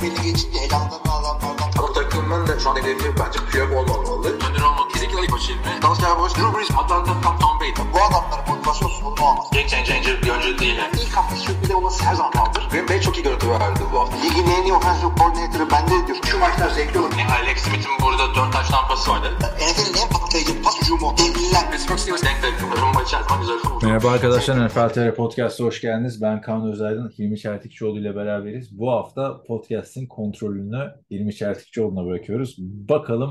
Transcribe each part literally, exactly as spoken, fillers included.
belli geçince elamdan adamlardan. Ama takımın da şu an hedefi bence Piyok olmamalı. Önder olmak. Ezekiel Elliott şimdi. Dallas Cowboys, Drew Brees, Atlanta, Tom, Tom Brady. Bu adamların motivasyon sorunu olmaz. Game changer bir oyuncu değil. Yani. İlk hafta sürpriz olması her zaman kaldır. Green Bay çok iyi görüntü verdi bu hafta. Ligin en iyi offensive coordinator'ı bende diyor. Şu maçlar zevkli olur. Yani Alex Smith'in burada dört taş tampası vardı. N F L'in en patlayıcı pas hücumu. Devliler. Pittsburgh Steelers denk denk. Rumba içerisinde güzel futbol. Merhaba arkadaşlar, N F L T R Podcast'a hoş geldiniz. Ben Kaan Özaydın, Hilmi Çeltikçioğlu ile beraberiz. Bu hafta podcast'in kontrolünü Hilmi Çeltikçioğlu'na bırakıyoruz. Bakalım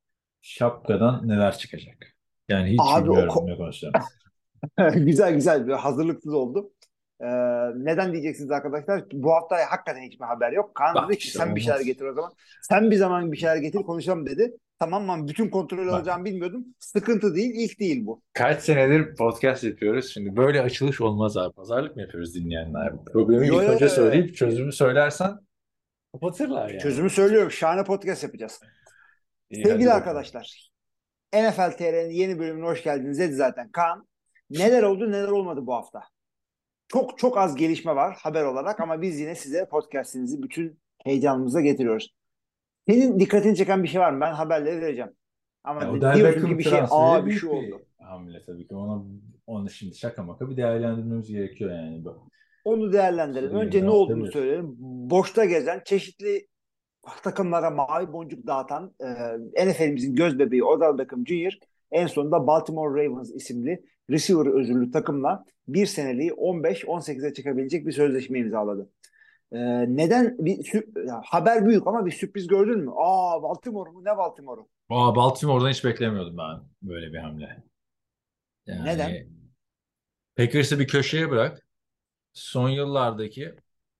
şapkadan neler çıkacak. Yani hiç Abi, bilmiyorum o ko- ne konuşacağımız. Güzel güzel bir hazırlıksız oldu. Ee, neden diyeceksiniz arkadaşlar? Bu hafta hakikaten hiçbir haber yok. Kaan Bak dedi ki işte sen bir şeyler olmaz. getir o zaman. Sen bir zaman bir şeyler getir konuşalım dedi. Tamam lan, bütün kontrol Bak. alacağımı bilmiyordum. Sıkıntı değil, ilk değil bu. Kaç senedir podcast yapıyoruz. Şimdi böyle açılış olmaz abi. Pazarlık mı yapıyoruz dinleyenler? Problemi Yo, ilk yo, önce yo. söyleyip çözümü söylersen kapatırlar yani. Çözümü söylüyorum. Şahane podcast yapacağız. İyi, hadi Sevgili bakalım. arkadaşlar, N F L T R'nin yeni bölümüne hoş geldiniz dedi zaten Kaan. Neler oldu neler olmadı bu hafta? Çok çok az gelişme var haber olarak ama biz yine size podcastinizi bütün heyecanımıza getiriyoruz. Senin dikkatini çeken bir şey var mı? Ben haberleri vereceğim. Ama Ya, o diyorsun Beckham ki bir şey transferi aa bir büyük şey oldu. hamle tabii ki. Ona, onu şimdi şaka maka bir değerlendirmez gerekiyor yani. Onu değerlendirelim. Şey, Önce ne ne olduğunu yapabilir? söyleyelim. Boşta gezen, çeşitli takımlara mavi boncuk dağıtan e, N F L'imizin göz bebeği Odell Beckham Junior en sonunda Baltimore Ravens isimli receiver özürlü takımla bir seneliği on beş on sekize çıkabilecek bir sözleşme imzaladı. E, neden? Bir sü- ya, haber büyük ama bir sürpriz gördün mü? Aa, Baltimore mu? Ne Baltimore'u? Aa, Baltimore'dan hiç beklemiyordum ben böyle bir hamle. Yani Neden? Packers'ı bir köşeye bırak. Son yıllardaki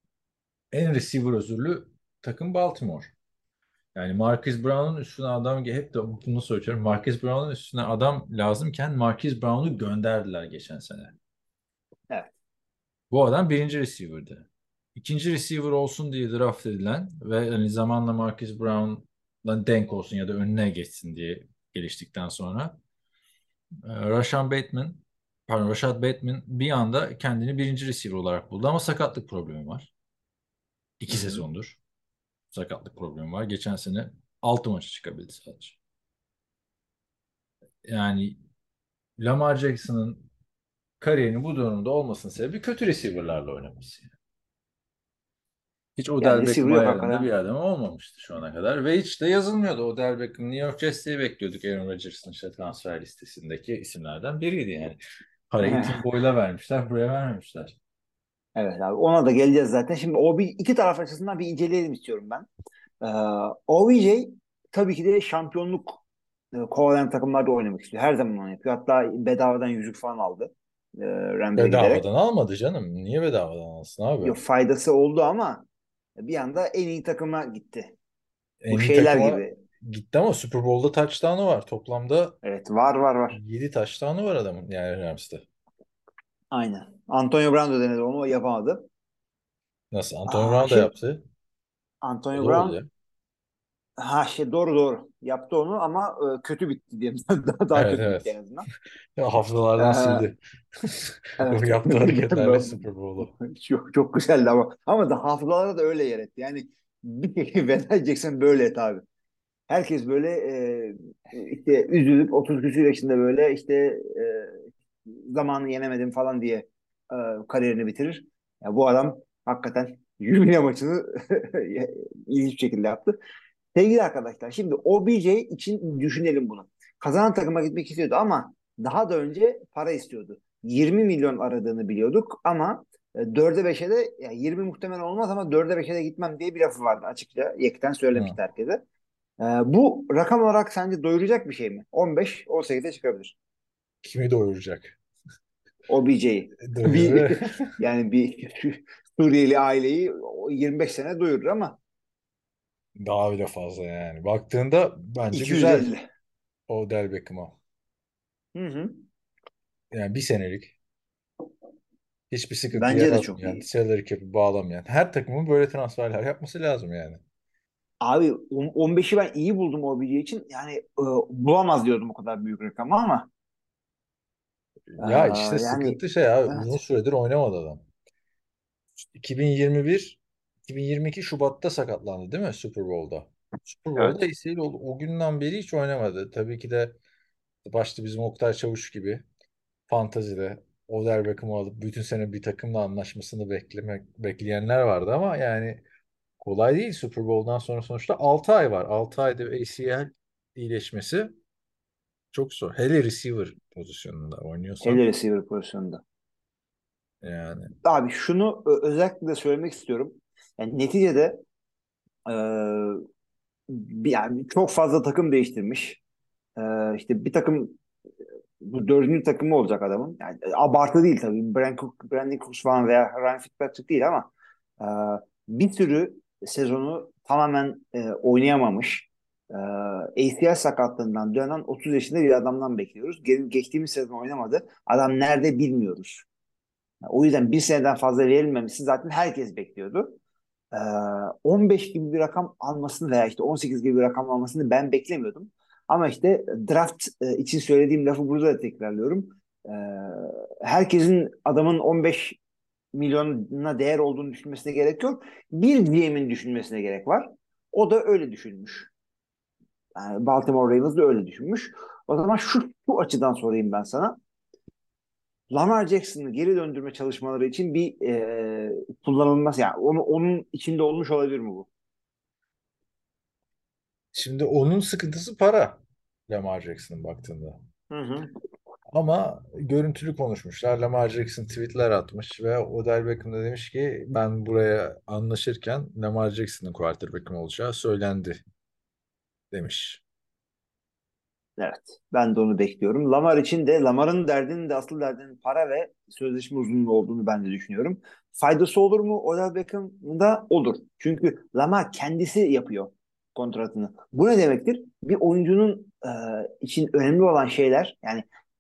en receiver özürlü takım Baltimore. Yani Marquise Brown'un üstüne adam hep de bunu söylüyorum. Marquise Brown'un üstüne adam lazımken Marquise Brown'u gönderdiler geçen sene. Evet. Bu adam birinci receiver'dı. İkinci receiver olsun diye draft edilen ve hani zamanla Marquise Brown'la denk olsun ya da önüne geçsin diye geliştikten sonra e, Rashan Bateman pardon Rashad Bateman bir anda kendini birinci receiver olarak buldu ama sakatlık problemi var. İki Hı hı. sezondur sakatlık problemi var. Geçen sene altı maça çıkabildi sadece. Yani Lamar Jackson'ın kariyerinin bu durumda olmasının sebebi kötü receiver'larla oynaması. Yani. Hiç Yani Odell receiver Beckham yok ayarında bir hakikaten. adam olmamıştı şu ana kadar. Ve hiç de yazılmıyordu. Odell Beckham New York Jets'te bekliyorduk. Aaron Rodgers'ın işte transfer listesindeki isimlerden biriydi yani. Parayı Tim Boyle'a vermişler, buraya vermemişler. Evet abi, ona da geleceğiz zaten. Şimdi o bir iki taraf açısından bir inceleyelim istiyorum ben. Ee, O B J tabii ki de şampiyonluk e, kovalayan takımlarda oynamak istiyor. Her zaman onu yapıyor. Hatta bedavadan yüzük falan aldı. E, Rams'e giderek. Bedavadan almadı canım. Niye bedavadan alsın abi? Yok, faydası oldu ama bir anda en iyi takıma gitti. Bu En iyi şeyler takıma gibi. gitti ama Super Bowl'da touchdown'u var. Toplamda Evet, var var var. yedi touchdown'u var adamın yani Rams'te. Aynen. Antonio Brown da denedi onu, yapamadı. Nasıl? Antonio Aa, Brown da şey yaptı. O Antonio da oldu Brown ya. ha şey doğru doğru yaptı onu ama e, kötü bitti diyelim. Daha, daha Evet kötü bitti en evet. azından. Ya hafızalardan Ee, sildi. O evet. yaptığı hareketlerle Super Bowl'u. Çok, çok güzeldi ama. Ama da hafızalara da öyle yer etti. Yani bir kere veda edeceksen böyle et abi. Herkes böyle e, işte üzülüp otuz küsur yaşında böyle işte e, zamanı yenemedim falan diye e, kariyerini bitirir. Ya bu adam hakikaten Yumina maçını ilginç bir şekilde yaptı. Sevgili arkadaşlar, şimdi O B J için düşünelim bunu. Kazanan takıma gitmek istiyordu ama daha da önce para istiyordu. yirmi milyon aradığını biliyorduk ama e, dörde beşe de yani yirmi muhtemelen olmaz ama dörde beşe de gitmem diye bir lafı vardı açıkça. Yekten Hı. söylemişti herkese. E, bu rakam olarak sence doyuracak bir şey mi? on beş on sekize çıkabilir. Kimi doyuracak? O B J'yi. Doyurur. Bir, yani bir Suriyeli aileyi o yirmi beş sene doyurur ama Daha bile fazla yani. Baktığında bence güzel iki yüz elli. Odell Beckham'a. Hı hı. Yani bir senelik hiçbir sıkıntı Bence de çok yaratmayan, iyi. salary cap'i bağlamayan. Her takımın böyle transferler yapması lazım yani. Abi on- 15'i ben iyi buldum O B J için. Yani e, bulamaz diyordum o kadar büyük rakamı ama e, Ya işte yani sıkıntı şey abi uzun evet. süredir oynamadı adam. iki bin yirmi bir iki bin yirmi iki Şubat'ta sakatlandı değil mi Super Bowl'da? Super Bowl'da Evet. A C L oldu. O günden beri hiç oynamadı. Tabii ki de başta bizim Oktay Çavuş gibi fantazide Odell Beckham'ı alıp bütün sene bir takımla anlaşmasını beklemek bekleyenler vardı ama yani kolay değil. Super Bowl'dan sonra sonuçta altı ay var. altı ayda A C L iyileşmesi çok zor. Hele receiver pozisyonunda Hele oynuyorsan receiver pozisyonunda. yani. Abi şunu ö- özellikle de söylemek istiyorum. Yani neticede e, bir- yani çok fazla takım değiştirmiş. E, işte bir takım bu dördüncü takımı olacak adamın. Yani abartı değil tabii. Brand Cook, Brandon Cooks falan veya Ryan Fitzpatrick değil ama e, bir sürü sezonu tamamen e, oynayamamış. E, A C L sakatlığından dönen otuz yaşında bir adamdan bekliyoruz. Ge- Geçtiğimiz sezon oynamadı. Adam nerede bilmiyoruz. Yani o yüzden bir seneden fazla verilmemesi zaten herkes bekliyordu. Ee, on beş gibi bir rakam almasını veya işte on sekiz gibi bir rakam almasını ben beklemiyordum. Ama işte draft e, için söylediğim lafı burada da tekrarlıyorum. Ee, herkesin adamın on beş milyona değer olduğunu düşünmesine gerek yok. Bir G M'in düşünmesine gerek var. O da öyle düşünmüş. Yani Baltimore Ravens de öyle düşünmüş. O zaman şu, şu açıdan sorayım ben sana. Lamar Jackson'ı geri döndürme çalışmaları için bir e, kullanılmaz yani onu, onun içinde olmuş olabilir mi bu? Şimdi onun sıkıntısı para. Lamar Jackson'ın baktığında. Hı hı. Ama görüntülü konuşmuşlar. Lamar Jackson tweetler atmış ve Odell Beckham da demiş ki ben buraya anlaşırken Lamar Jackson'ın quarterback'im olacağı söylendi demiş. Evet. Ben de onu bekliyorum. Lamar için de Lamar'ın derdinin de asıl derdinin para ve sözleşme uzunluğu olduğunu ben de düşünüyorum. Faydası olur mu? Odell Beckham'da olur. Çünkü Lamar kendisi yapıyor kontratını. Bu ne demektir? Bir oyuncunun e, için önemli olan şeyler yani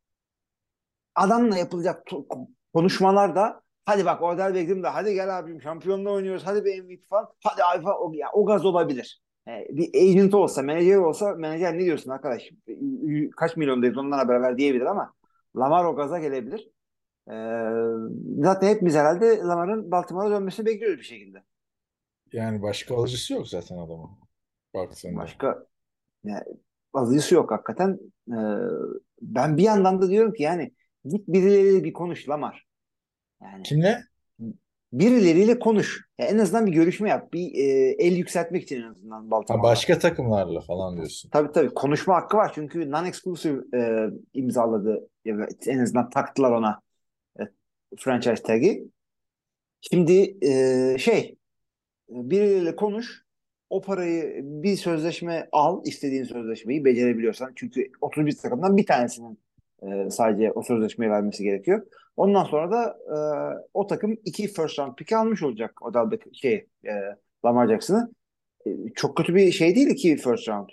adamla yapılacak to- konuşmalar da hadi bak Odell Beckham da hadi gel abim şampiyonla oynuyoruz hadi bir M V P falan hadi abi falan o, ya, o gaz olabilir. E, bir agent olsa menajer olsa menajer ne diyorsun arkadaş kaç milyondayız ondan haber ver diyebilir ama Lamar o gaza gelebilir. E, zaten hepimiz herhalde Lamar'ın Baltimore'a dönmesini bekliyoruz bir şekilde. Yani başka alıcısı yok zaten adamın baktığında. Başka yani, alıcısı yok hakikaten. E, ben bir yandan da diyorum ki yani git birileriyle bir konuş Lamar. Yani Kimle? birileriyle konuş. Ya en azından bir görüşme yap. Bir e, el yükseltmek için en azından Ha, Baltimore'da. başka takımlarla falan diyorsun. Tabii tabii konuşma hakkı var çünkü non-exclusive e, imzaladı. Evet, en azından taktılar ona e, franchise tag'i. Şimdi e, şey birileriyle konuş. O parayı bir sözleşme al, istediğin sözleşmeyi becerebiliyorsan. Çünkü otuz bir takımdan bir tanesinin e, sadece o sözleşmeyi vermesi gerekiyor. Ondan sonra da e, o takım iki first round pick almış olacak o da şey e, Lamar Jackson'ı. E, çok kötü bir şey değil iki first round.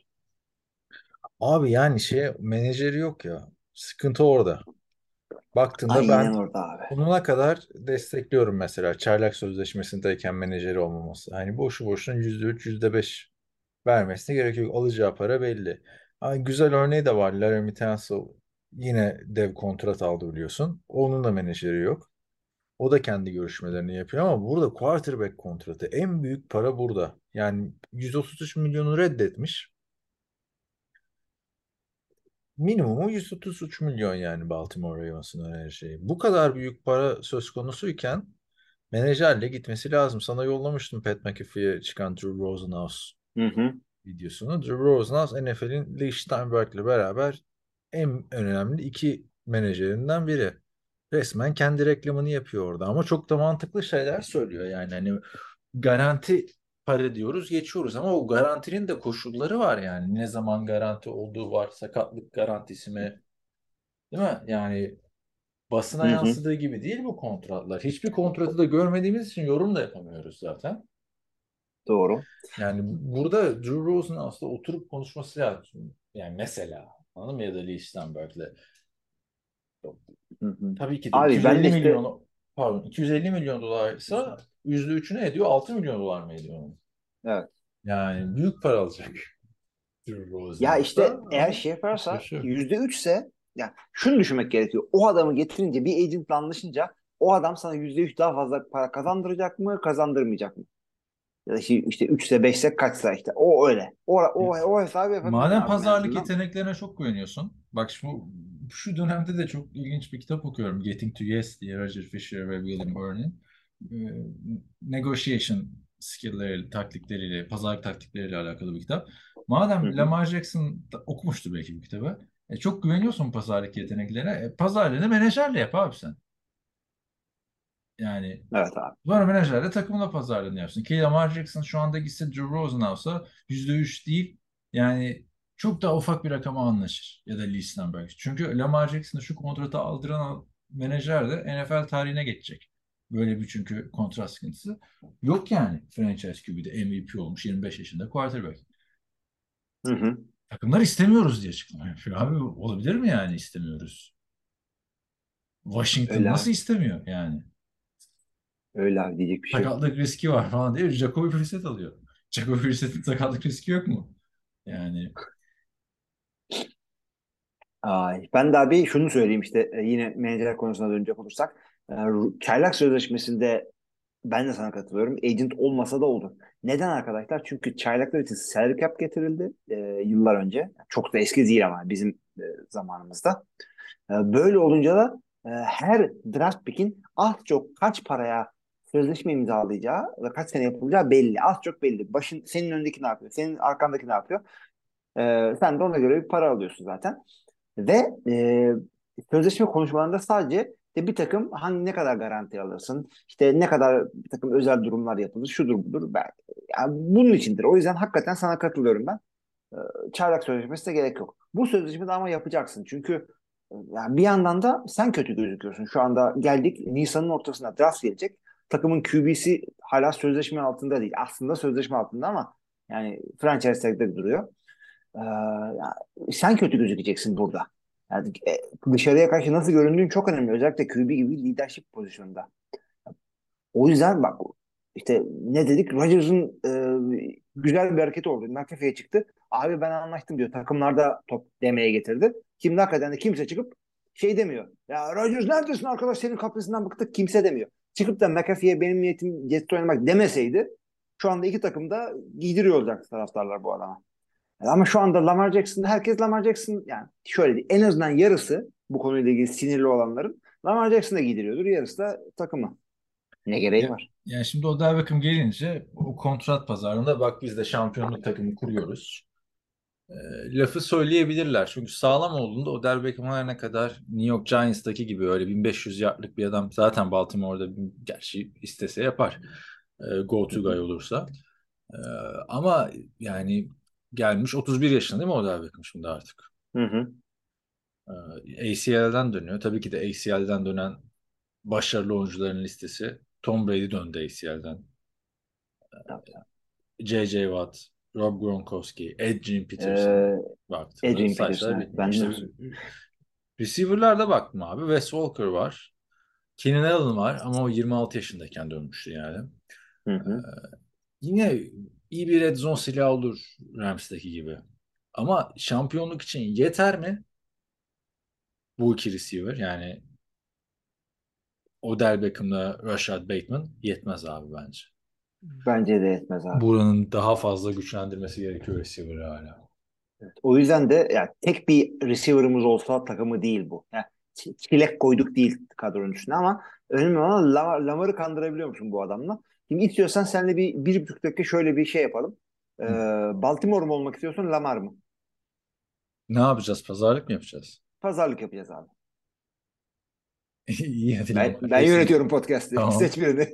Abi yani şey menajeri yok ya. Sıkıntı orada. Baktığında Aynen ben orada abi. sonuna kadar destekliyorum mesela çaylak sözleşmesindeyken menajeri olmaması. Hani boşu boşuna yüzde üç, yüzde beş vermesine gerek yok. Alacağı para belli. Hani güzel örneği de var. Laramie Tunsil yine dev kontrat aldı biliyorsun. Onun da menajeri yok. O da kendi görüşmelerini yapıyor ama burada quarterback kontratı en büyük para burada. Yani yüz otuz üç milyonu reddetmiş. Minimumu yüz otuz üç milyon yani Baltimore Ravens'ın her şeyi. Bu kadar büyük para söz konusuyken menajerle gitmesi lazım. Sana yollamıştım Pat McAfee'ye çıkan Drew Rosenhaus Hı hı. videosunu. Drew Rosenhaus N F L'in Lee Steinberg'le beraber en önemli iki menajerinden biri. Resmen kendi reklamını yapıyor orada ama çok da mantıklı şeyler söylüyor. Yani hani garanti para diyoruz geçiyoruz ama o garantinin de koşulları var yani. Ne zaman garanti olduğu var, sakatlık garantisi mi? Değil mi? Yani basına Hı hı. yansıdığı gibi değil bu kontratlar. Hiçbir kontratı da görmediğimiz için yorum da yapamıyoruz zaten. Doğru. Yani burada Drew Rosen aslında oturup konuşması lazım. Yani mesela anladın mı? Ya da Lee Steinberg'le. Hı hı. Tabii ki de Abi ben de iki yüz elli işte milyon pardon iki yüz elli milyon dolarsa yüzde üçü ne ediyor? altı milyon dolar mı ediyor onun? evet. Yani büyük para alacak Drew Ya Rosenhaus'ta işte eğer ama şey işte yaparsa şu. yüzde üçse yani şunu düşünmek gerekiyor. O adamı getirince bir agentle anlaşınca o adam sana yüzde üç daha fazla para kazandıracak mı kazandırmayacak mı? Ya da işte, işte üçse beşse kaçsa işte. O öyle. O, o, Ya, o hesabı yapabilmen madem lazım en pazarlık azından. yeteneklerine çok güveniyorsun. Bak şu, şu dönemde de çok ilginç bir kitap okuyorum. Getting to Yes diye Roger Fisher ve William Burney. Ee, negotiation skill'leriyle, taktikleriyle, pazarlık taktikleriyle alakalı bir kitap. Hı Madem hı. Lamar Jackson da okumuştur belki bu kitabı. E, çok güveniyorsun pazarlık yeteneklerine. E, pazarlığını menajerle yap abi sen. Yani Evet abi. sonra menajerle takımla pazarlığını yapsın. Ki Lamar Jackson şu anda gitse Drew Rosen alsa yüzde üç değil. Yani çok daha ufak bir rakama anlaşır. Ya da Lee Steinberg. Çünkü Lamar Jackson'ı şu kontratı aldıran al- menajer de N F L tarihine geçecek. Böyle bir çünkü kontrat sıkıntısı. Yok yani franchise Q B'de M V P olmuş yirmi beş yaşında quarterback. Hı hı. Takımlar istemiyoruz diye açıklama yapıyor. Abi olabilir mi yani istemiyoruz? Washington Öyle nasıl abi. istemiyor yani? Öyle abi, diyecek bir şey yok. Sakatlık riski var falan diye Jacoby Brissett alıyor. Jacoby Brissett'in sakatlık riski yok mu? Yani Ay, ben de abi şunu söyleyeyim işte e, yine menajer konusuna dönecek olursak. E, Ru- Çaylak Sözleşmesi'nde ben de sana katılıyorum. Agent olmasa da olur. Neden arkadaşlar? Çünkü çaylaklar için salary cap getirildi e, yıllar önce. Çok da eski değil ama bizim e, zamanımızda. E, böyle olunca da e, her draft pick'in az çok kaç paraya sözleşme imzalayacağı ve kaç sene yapılacağı belli. Az çok belli. Başın, senin önündeki ne yapıyor? Senin arkandaki ne yapıyor? E, sen de ona göre bir para alıyorsun zaten. Ve e, sözleşme konuşmalarında sadece işte bir takım hangi ne kadar garanti alırsın, işte ne kadar bir takım özel durumlar yapılır, şudur budur. Ben, yani bunun içindir. O yüzden hakikaten sana katılıyorum ben. E, Çaylak sözleşmesi de gerek yok. Bu sözleşmede ama yapacaksın. Çünkü e, yani bir yandan da sen kötü gözüküyorsun. Şu anda geldik Nisan'ın ortasına draft gelecek. Takımın Q B'si hala sözleşme altında değil. Aslında sözleşme altında ama yani franchise tag'de duruyor. Ee, ya, sen kötü gözükeceksin burada. Yani, e, dışarıya karşı nasıl göründüğün çok önemli. Özellikle Q B gibi leadership pozisyonunda. O yüzden bak işte ne dedik? Rodgers'ın e, güzel bir hareketi oldu. McAfee'ye çıktı. Abi ben anlaştım diyor. Takımlarda top demeye getirdi. Şimdi hakikaten de kimse çıkıp şey demiyor. Ya Rodgers neredesin arkadaş, senin kapısından bıktık, kimse demiyor. Çıkıp da McAfee'ye benim niyetim Jets oynamak demeseydi şu anda iki takım da giydiriyor olacaktı taraftarlar bu adama. Ama şu anda Lamar Jackson'da herkes Lamar Jackson, yani şöyle değil, en azından yarısı bu konuyla ilgili sinirli olanların Lamar Jackson'da giydiriyordur. Yarısı da takımı. Ne gereği ya, var? yani şimdi Odell Beckham gelince o kontrat pazarında bak biz de şampiyonluk takımı kuruyoruz. E, lafı söyleyebilirler. Çünkü sağlam olduğunda Odell Beckham her ne kadar New York Giants'taki gibi öyle bin beş yüz yardlık bir adam zaten Baltimore'da bir- gerçi istese yapar. E, go Hı to hı. guy olursa. E, ama yani gelmiş otuz bir yaşında değil mi Odell Beckham şimdi artık? Hı hı. A C L'den dönüyor. Tabii ki de A C L'den dönen başarılı oyuncuların listesi. Tom Brady döndü A C L'den. Tabii, tabii. J J. Watt, Rob Gronkowski, Adrian Peterson Ee, baktığında Adrian say Peterson, say evet. bitmiyor. Ben de İşte receiver'larda baktım abi. Wes Walker var. Keenan Allen var ama o yirmi altı yaşındayken dönmüştü yani. hı hı. Yine iyi bir red zone silahı olur Rams'taki gibi. Ama şampiyonluk için yeter mi bu iki receiver? Yani Odell Beckham'la Rashad Bateman yetmez abi bence. Bence de yetmez abi. Buranın daha fazla güçlendirmesi gerekiyor receiver'ı hala. Evet. O yüzden de yani tek bir receiver'ımız olsa takımı değil bu. Yani ç- çilek koyduk değil kadronun üstüne ama önemli olan Lamar, Lamar'ı kandırabiliyor musun bu adamla? Şimdi istiyorsan seninle bir, bir buçuk dakika şöyle bir şey yapalım. Ee, Hı. Baltimore mu olmak istiyorsun, Lamar mı? Ne yapacağız? Pazarlık mı yapacağız? Pazarlık yapacağız abi. İyi hadi Ben, Lamar ben Jackson. yönetiyorum podcast'i. Tamam. Seç birini.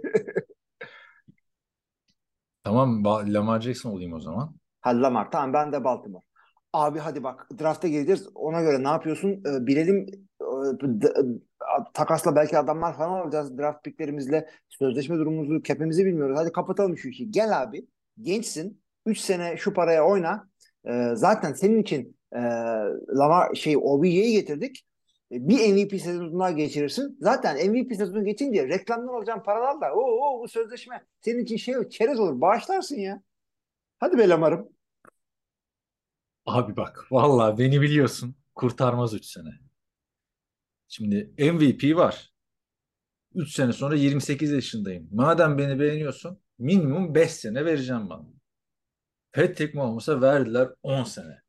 Tamam. Ba- Lamar Jackson olayım o zaman. Hadi Lamar. Tamam, ben de Baltimore. Abi hadi bak, draft'a geleceğiz. Ona göre ne yapıyorsun? Ee, bilelim. Ee, d- takasla belki adamlar falan alacağız. Draft picklerimizle sözleşme durumumuzu, cap'imizi bilmiyoruz. Hadi kapatalım şu işi. Gel abi. Gençsin. Üç sene şu paraya oyna. Ee, zaten senin için e, Lamar şey O B J'yi getirdik. E, Bir M V P sezonu daha geçirirsin. Zaten M V P sezonu geçince reklamdan alacağın paralarla o, o bu sözleşme senin için şey çerez olur. Bağışlarsın ya. Hadi be Lamar'ım. Abi bak. Vallahi beni biliyorsun. Kurtarmaz üç sene. Şimdi M V P var. Üç sene sonra yirmi sekiz yaşındayım. Madem beni beğeniyorsun Minimum beş sene vereceğim bana. Patrick Mahomes'a verdiler on sene.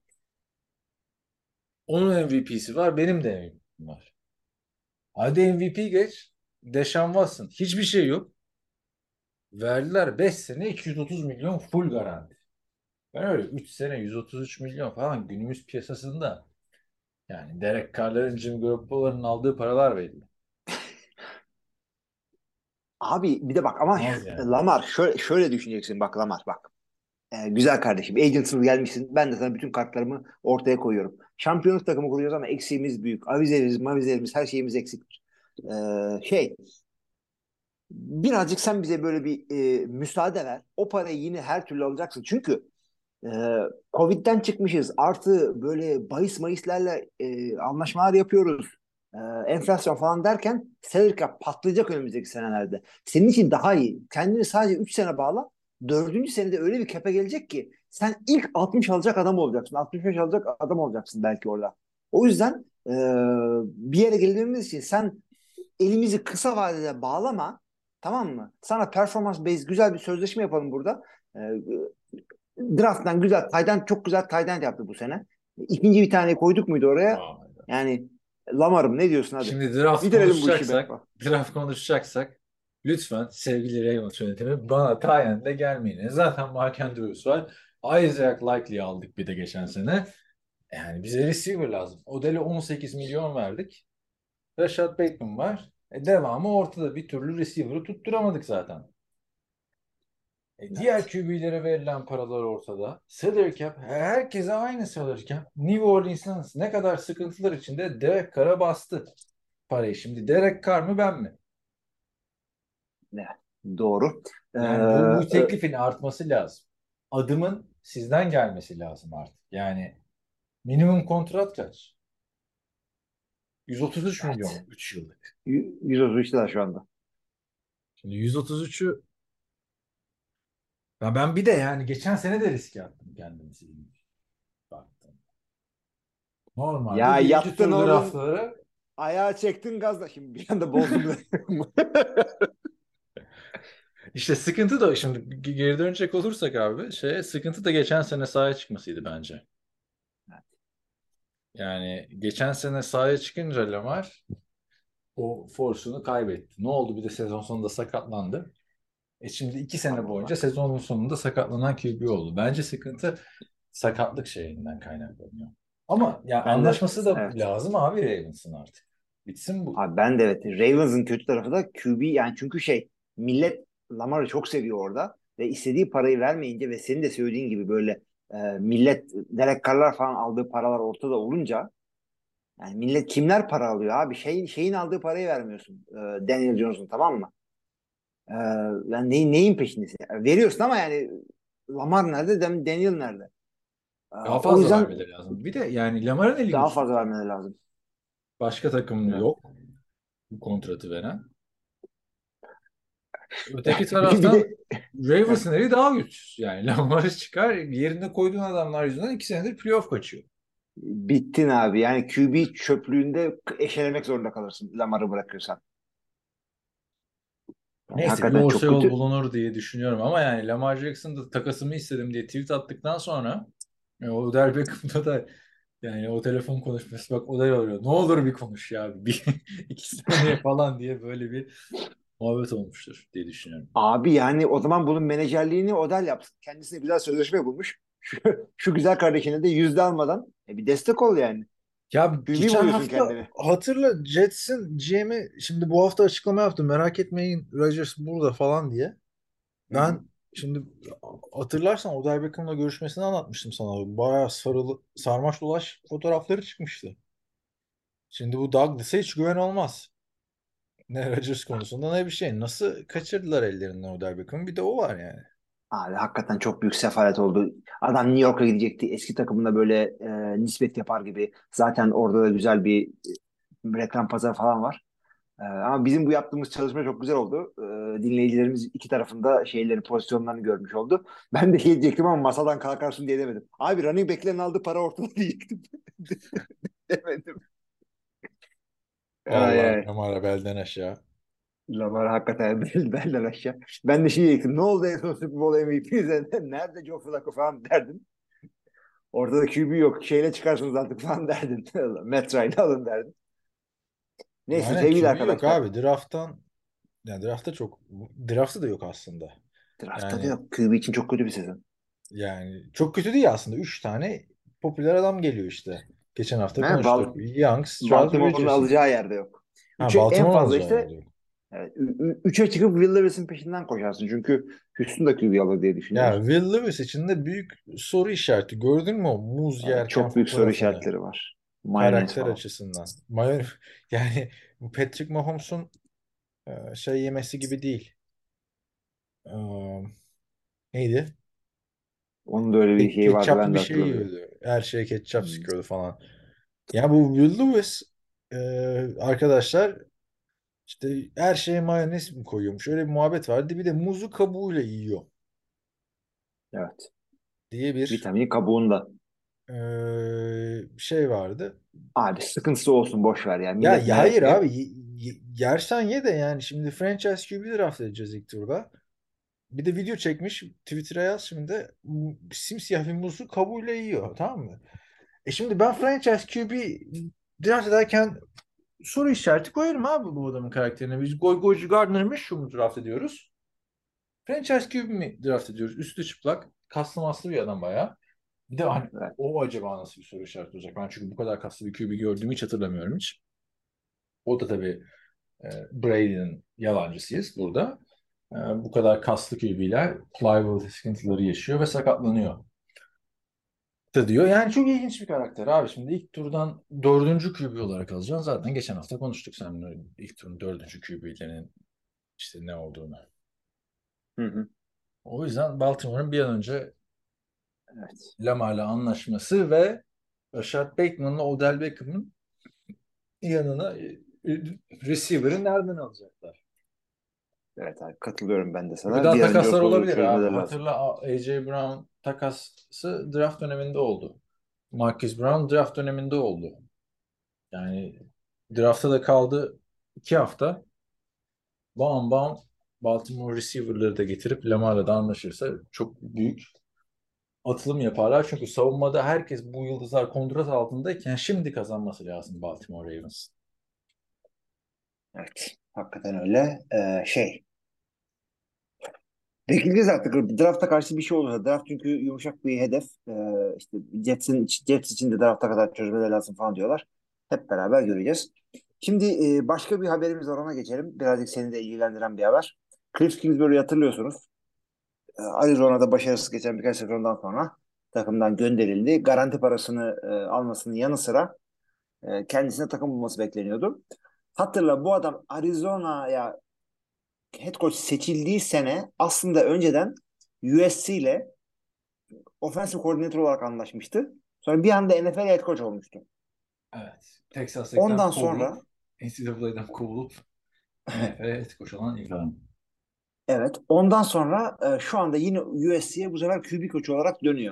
Onun M V P'si var, benim de M V P'm var. Hadi M V P geç. Deshaun Watson. Hiçbir şey yok. Verdiler beş sene iki yüz otuz milyon full garanti. Ben öyle üç sene yüz otuz üç milyon falan günümüz piyasasında, yani Derek Carr'ların, Jimmy Garoppolo'ların aldığı paralar belli. Abi bir de bak ama Az yani. Lamar şöyle, şöyle düşüneceksin bak Lamar bak. Ee, güzel kardeşim. Agentsız gelmişsin. Ben de sana bütün kartlarımı ortaya koyuyorum. Şampiyonluk takımı kuruyoruz ama eksiğimiz büyük. Avizemiz, mavizemiz, her şeyimiz eksiktir. Ee, şey birazcık sen bize böyle bir e, müsaade ver. O parayı yine her türlü alacaksın. Çünkü e, Covid'den çıkmışız. Artı böyle bahis mahislerle e, anlaşmalar yapıyoruz. E, enflasyon falan derken salary cap patlayacak önümüzdeki senelerde. Senin için daha iyi. Kendini sadece üç sene bağla. Dördüncü senede öyle bir cap'e gelecek ki sen ilk altmış alacak adam olacaksın. altmış beş alacak adam olacaksın belki orada. O yüzden e, bir yere gelmemiz için sen elimizi kısa vadede bağlama. Tamam mı? Sana performans based güzel bir sözleşme yapalım burada. E, Draft'tan güzel tight end, çok güzel tight end yaptı bu sene. İkinci bir tane koyduk muydu oraya? Vay. Yani Lamar'ım ne diyorsun hadi. Şimdi draft Bitirelim bu işi be. konuşacaksak, draft konuşacaksak lütfen sevgili Ravens yönetimi bana Tyen'de gelmeyin. Zaten Mark Andrews var. Isaac Likely aldık bir de geçen sene. Yani bize receiver lazım. Odell'e on sekiz milyon verdik. Rashad Bateman var. E devamı ortada. Bir türlü receiver'ı tutturamadık zaten. E diğer Evet. Q B'lere verilen paralar ortada. Salary cap, herkese aynı salary cap. New Orleans'ın ne kadar sıkıntılar içinde Derek Carr'a bastı parayı. Şimdi Derek Carr mı ben mi? Ne? Doğru. Ee, Yani bu, bu e, teklifin artması lazım. Adımın sizden gelmesi lazım artık. Yani minimum kontrat kaç? yüz otuz üç milyon evet. üç yıllık. Y- yüz otuz üçler şu anda. Şimdi yüz otuz üçü, ya ben bir de yani geçen sene de riske attım kendimi. Baktım. Normalde Ya birinci yattın tur oğlum. draftları, Ayağı çektin gazla. Şimdi bir anda bozdum. İşte sıkıntı da şimdi geri dönecek olursak abi, şey, sıkıntı da geçen sene sahaya çıkmasıydı bence. Yani geçen sene sahaya çıkınca Lamar o forsunu kaybetti. Ne oldu? Bir de sezon sonunda sakatlandı. E şimdi iki sene Allah boyunca Allah. sezonun sonunda sakatlanan Q B oldu. Bence sıkıntı sakatlık şeyinden kaynaklanıyor. Ama ya Ben de anlaşması da evet. lazım abi Ravens'ın artık. Bitsin bu. Abi ben de evet. Ravens'ın kötü tarafı da Q B yani çünkü şey millet Lamar'ı çok seviyor orada ve istediği parayı vermeyince ve senin de söylediğin gibi böyle e, millet Derek Carr'lar falan aldığı paralar ortada olunca yani millet kimler para alıyor abi? Şeyin, şeyin aldığı parayı vermiyorsun. E, Daniel Jones'un tamam mı? E, yani neyin, neyin peşindesin? Yani veriyorsun ama yani Lamar nerede? Dan- Daniel nerede? E, Daha o fazla yüzden vermeleri lazım. Bir de yani Lamar'ın eli daha güçlü. fazla vermeleri lazım. Başka takım Evet. yok bu kontratı veren. Öteki Bir, bir taraftan de Ravens'ın eli daha güçsüz. Yani Lamar'ı çıkar, yerine koyduğun adamlar yüzünden iki senedir playoff kaçıyor. bittin abi. Yani Q B çöplüğünde eşelemek zorunda kalırsın Lamar'ı bırakırsan. Yani Neyse bir hakikaten orta çok yol kötü. bulunur diye düşünüyorum ama yani Lamar Jackson da takasımı istedim diye tweet attıktan sonra e, o Odell Beckham'da da yani o telefon konuşması, bak Odell arıyor. Ne olur bir konuş ya. Bir, iki saniye falan diye böyle bir muhabbet olmuştur diye düşünüyorum. Abi yani o zaman bunun menajerliğini Odell yapsın. Kendisine güzel sözleşme bulmuş. Şu, şu güzel kardeşine de yüzde almadan e, bir destek ol yani. Ya Q B geçen buluyorsun hafta kendini. hatırla, Jets'in G M'i şimdi bu hafta açıklama yaptı. Merak etmeyin Rodgers burada falan diye. Hı hı. Ben şimdi hatırlarsan Odell Beckham'la görüşmesini anlatmıştım sana. Bayağı sarılı, sarmaş dolaş fotoğrafları çıkmıştı. Şimdi bu Douglas'a hiç güven olmaz. Ne Rodgers konusunda ne bir şey. Nasıl kaçırdılar ellerinden Odell Beckham'ı, bir de o var yani. Abi hakikaten çok büyük sefalet oldu. Adam New York'a gidecekti. Eski takımında böyle e, nispet yapar gibi. Zaten orada da güzel bir e, reklam pazarı falan var. E, ama bizim bu yaptığımız çalışma çok güzel oldu. E, dinleyicilerimiz iki tarafında şeylerin pozisyonlarını görmüş oldu. Ben de şey diyecektim ama masadan kalkarsın diye demedim. Abi running back'lerin aldığı para ortada diyecektim. Demedim. Ay, Vallahi ay. Kamara belden aşağı. Lamar hakikaten bel- belden aşağı. Ben de şey diyecektim. Ne oldu en son Super Bowl M V P'de? Nerede Joe Flacco falan derdin. Ortada Q B yok. Şeyle çıkarsınız artık falan derdin. Matt Ryan'ı alın derdin. Neyse Yani sevgili Q B yok arkadaşlar. abi. Draft'tan yani draftta çok draft'ta da yok aslında. Draftta da Yani yok. Q B için çok kötü bir sezon. yani çok kötü değil aslında. Üç tane popüler adam geliyor işte. Geçen hafta He, Bal konuştuk. Young, Stroud, Baltimore'un Richardson. alacağı yerde yok. Ha, Üçe, en Baltimore fazla alacağı işte yerde yok. evet, ü- ü- üçe çıkıp Will Levis'in peşinden koşarsın. Çünkü Houston da Q B alır diye Ya düşünüyoruz. Will Levis için de büyük soru işareti. Gördün mü o muz Evet, yerken çok büyük soru fotoğrafını? işaretleri var. Mayonez Karakter falan. açısından. Mayon yani bu Patrick Mahomes'un e, şey yemesi gibi değil. Ee, neydi? Onun da öyle bir Ke- şeyi vardı ketçaplı ben bir de şey hatırlamıyorum. yiyordu. Her şeye ketçap Hmm. sıkıyordu falan. Ya bu Will Lewis e, arkadaşlar işte her şeye mayonez mi koyuyormuş? Öyle bir muhabbet vardı. Bir de muzu kabuğuyla yiyor Evet. diye bir Vitamin kabuğunda. e, şey vardı. Abi sıkıntısı olsun boş ver ya. Ya, Millet ya merak hayır ediyor. abi y- y- yersen ye de yani şimdi franchise Q B draft edeceğiz ilk turda. Bir de video çekmiş Twitter'a yaz şimdi m- simsiyah bir muzu kabuğuyla yiyor, tamam mı? E şimdi ben franchise Q B draft ederken soru işareti koyarım abi bu adamın karakterine. Biz Goy Goycu Gardner'ı meşhur mu draft ediyoruz? Franchise Q B mi draft ediyoruz? Üstü çıplak, kaslı maslı bir adam bayağı. Bir de hani Evet. o acaba nasıl bir soru işareti olacak? Ben çünkü bu kadar kaslı bir Q B gördüğümü hiç hatırlamıyorum hiç. O da tabii e, Brady'nin yalancısıyız burada. E, bu kadar kaslı Q B'ler Plywood sıkıntıları yaşıyor ve sakatlanıyor da diyor. Yani çok ilginç bir karakter abi. Şimdi ilk turdan dördüncü Q B olarak alacaksın. Zaten geçen hafta konuştuk seninle ilk turun dördüncü Q B'lerinin işte ne olduğunu. Hı hı. O yüzden Baltimore'un bir an önce Evet. Lamar'la anlaşması ve Rashad Bateman'la Odell Beckham'ın yanına e, e, receiver'ı nereden alacaklar? Evet abi katılıyorum ben de Çünkü sana. daha Bir an önce o takaslar konuyu olabilir abi. çözmeleri lazım. Hatırla A J. Brown takası draft döneminde oldu. Marcus Brown draft döneminde oldu. Yani draftta da kaldı iki hafta. Bam bam Baltimore receiver'ları da getirip Lamar'la da anlaşırsa çok büyük atılım yaparlar. Çünkü savunmada herkes bu yıldızlar kontrat altındayken şimdi kazanması lazım Baltimore Ravens. Evet. Hakikaten öyle. Ee, şey. Bekleyeceğiz artık. Draft'a karşı bir şey olursa. Draft çünkü yumuşak bir hedef. Ee, işte Jets'in, Jets için de draft'a kadar çözmeleri lazım falan diyorlar. Hep beraber göreceğiz. Şimdi e, başka bir haberimiz var ona geçelim. Birazcık seni de ilgilendiren bir haber. Cliff Kingsbury'i hatırlıyorsunuz. Ee, Arizona'da başarısız geçen birkaç sezondan sonra takımdan gönderildi. Garanti parasını e, almasının yanı sıra e, kendisine takım bulması bekleniyordu. Hatırla bu adam Arizona'ya head coach seçildiği sene aslında önceden U S C ile offensive coordinator olarak anlaşmıştı. Sonra bir anda N F L head coach olmuştu. Evet. Texas Tech'ten Ondan kovulup sonra N C A A'den kovulup N F L'e et koşulan ilk adam. evet ondan sonra e, şu anda yine U S C'ye bu sefer Q B koçu olarak dönüyor.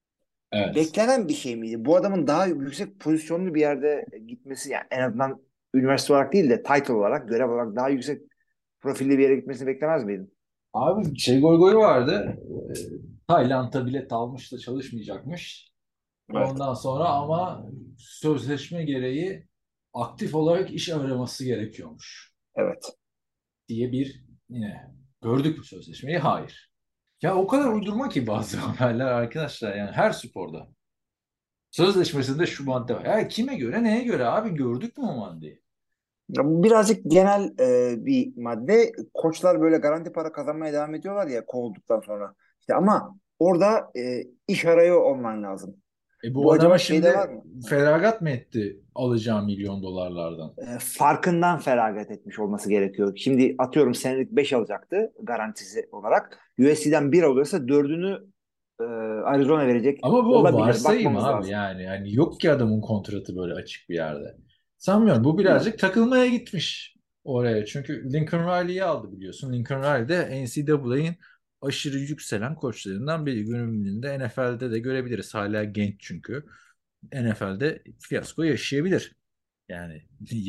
Evet. Beklenen bir şey miydi? Bu adamın daha yüksek pozisyonlu bir yerde gitmesi yani en azından üniversite olarak değil de title olarak, görev olarak daha yüksek profilli bir yere gitmesini beklemez miydin? Abi şey goy goy vardı. Ee, Tayland'a bilet almış da çalışmayacakmış. Evet. Ondan sonra ama sözleşme gereği aktif olarak iş araması gerekiyormuş Evet. diye bir yine gördük mü sözleşmeyi? Hayır. Ya o kadar Hayır. uydurma ki bazı haberler arkadaşlar yani her sporda. Sözleşmesinde şu madde var. Ya kime göre neye göre abi gördük mü o maddeyi? Ya bu birazcık genel e, bir madde. Koçlar böyle garanti para kazanmaya devam ediyorlar ya kovulduktan sonra. İşte ama orada e, iş arıyor olman lazım. E bu Bu acaba adama şeyde var şimdi mı? feragat mı etti alacağı milyon dolarlardan? E, farkından feragat etmiş olması gerekiyor. Şimdi atıyorum senelik beş alacaktı garantisi olarak. U S C'den bir alıyorsa dördünü e, Arizona verecek Ama bu olabilir. varsayım Bakmamız abi lazım. yani. Yani yok ki adamın kontratı böyle açık bir yerde. Sanmıyorum. Bu Bilmiyorum. birazcık takılmaya gitmiş oraya. Çünkü Lincoln Riley'i aldı biliyorsun. Lincoln Riley de N C A A'nin aşırı yükselen koçlarından biri. Günümüzde N F L'de de görebiliriz. Hala genç çünkü. N F L'de fiyasko yaşayabilir. Yani yeni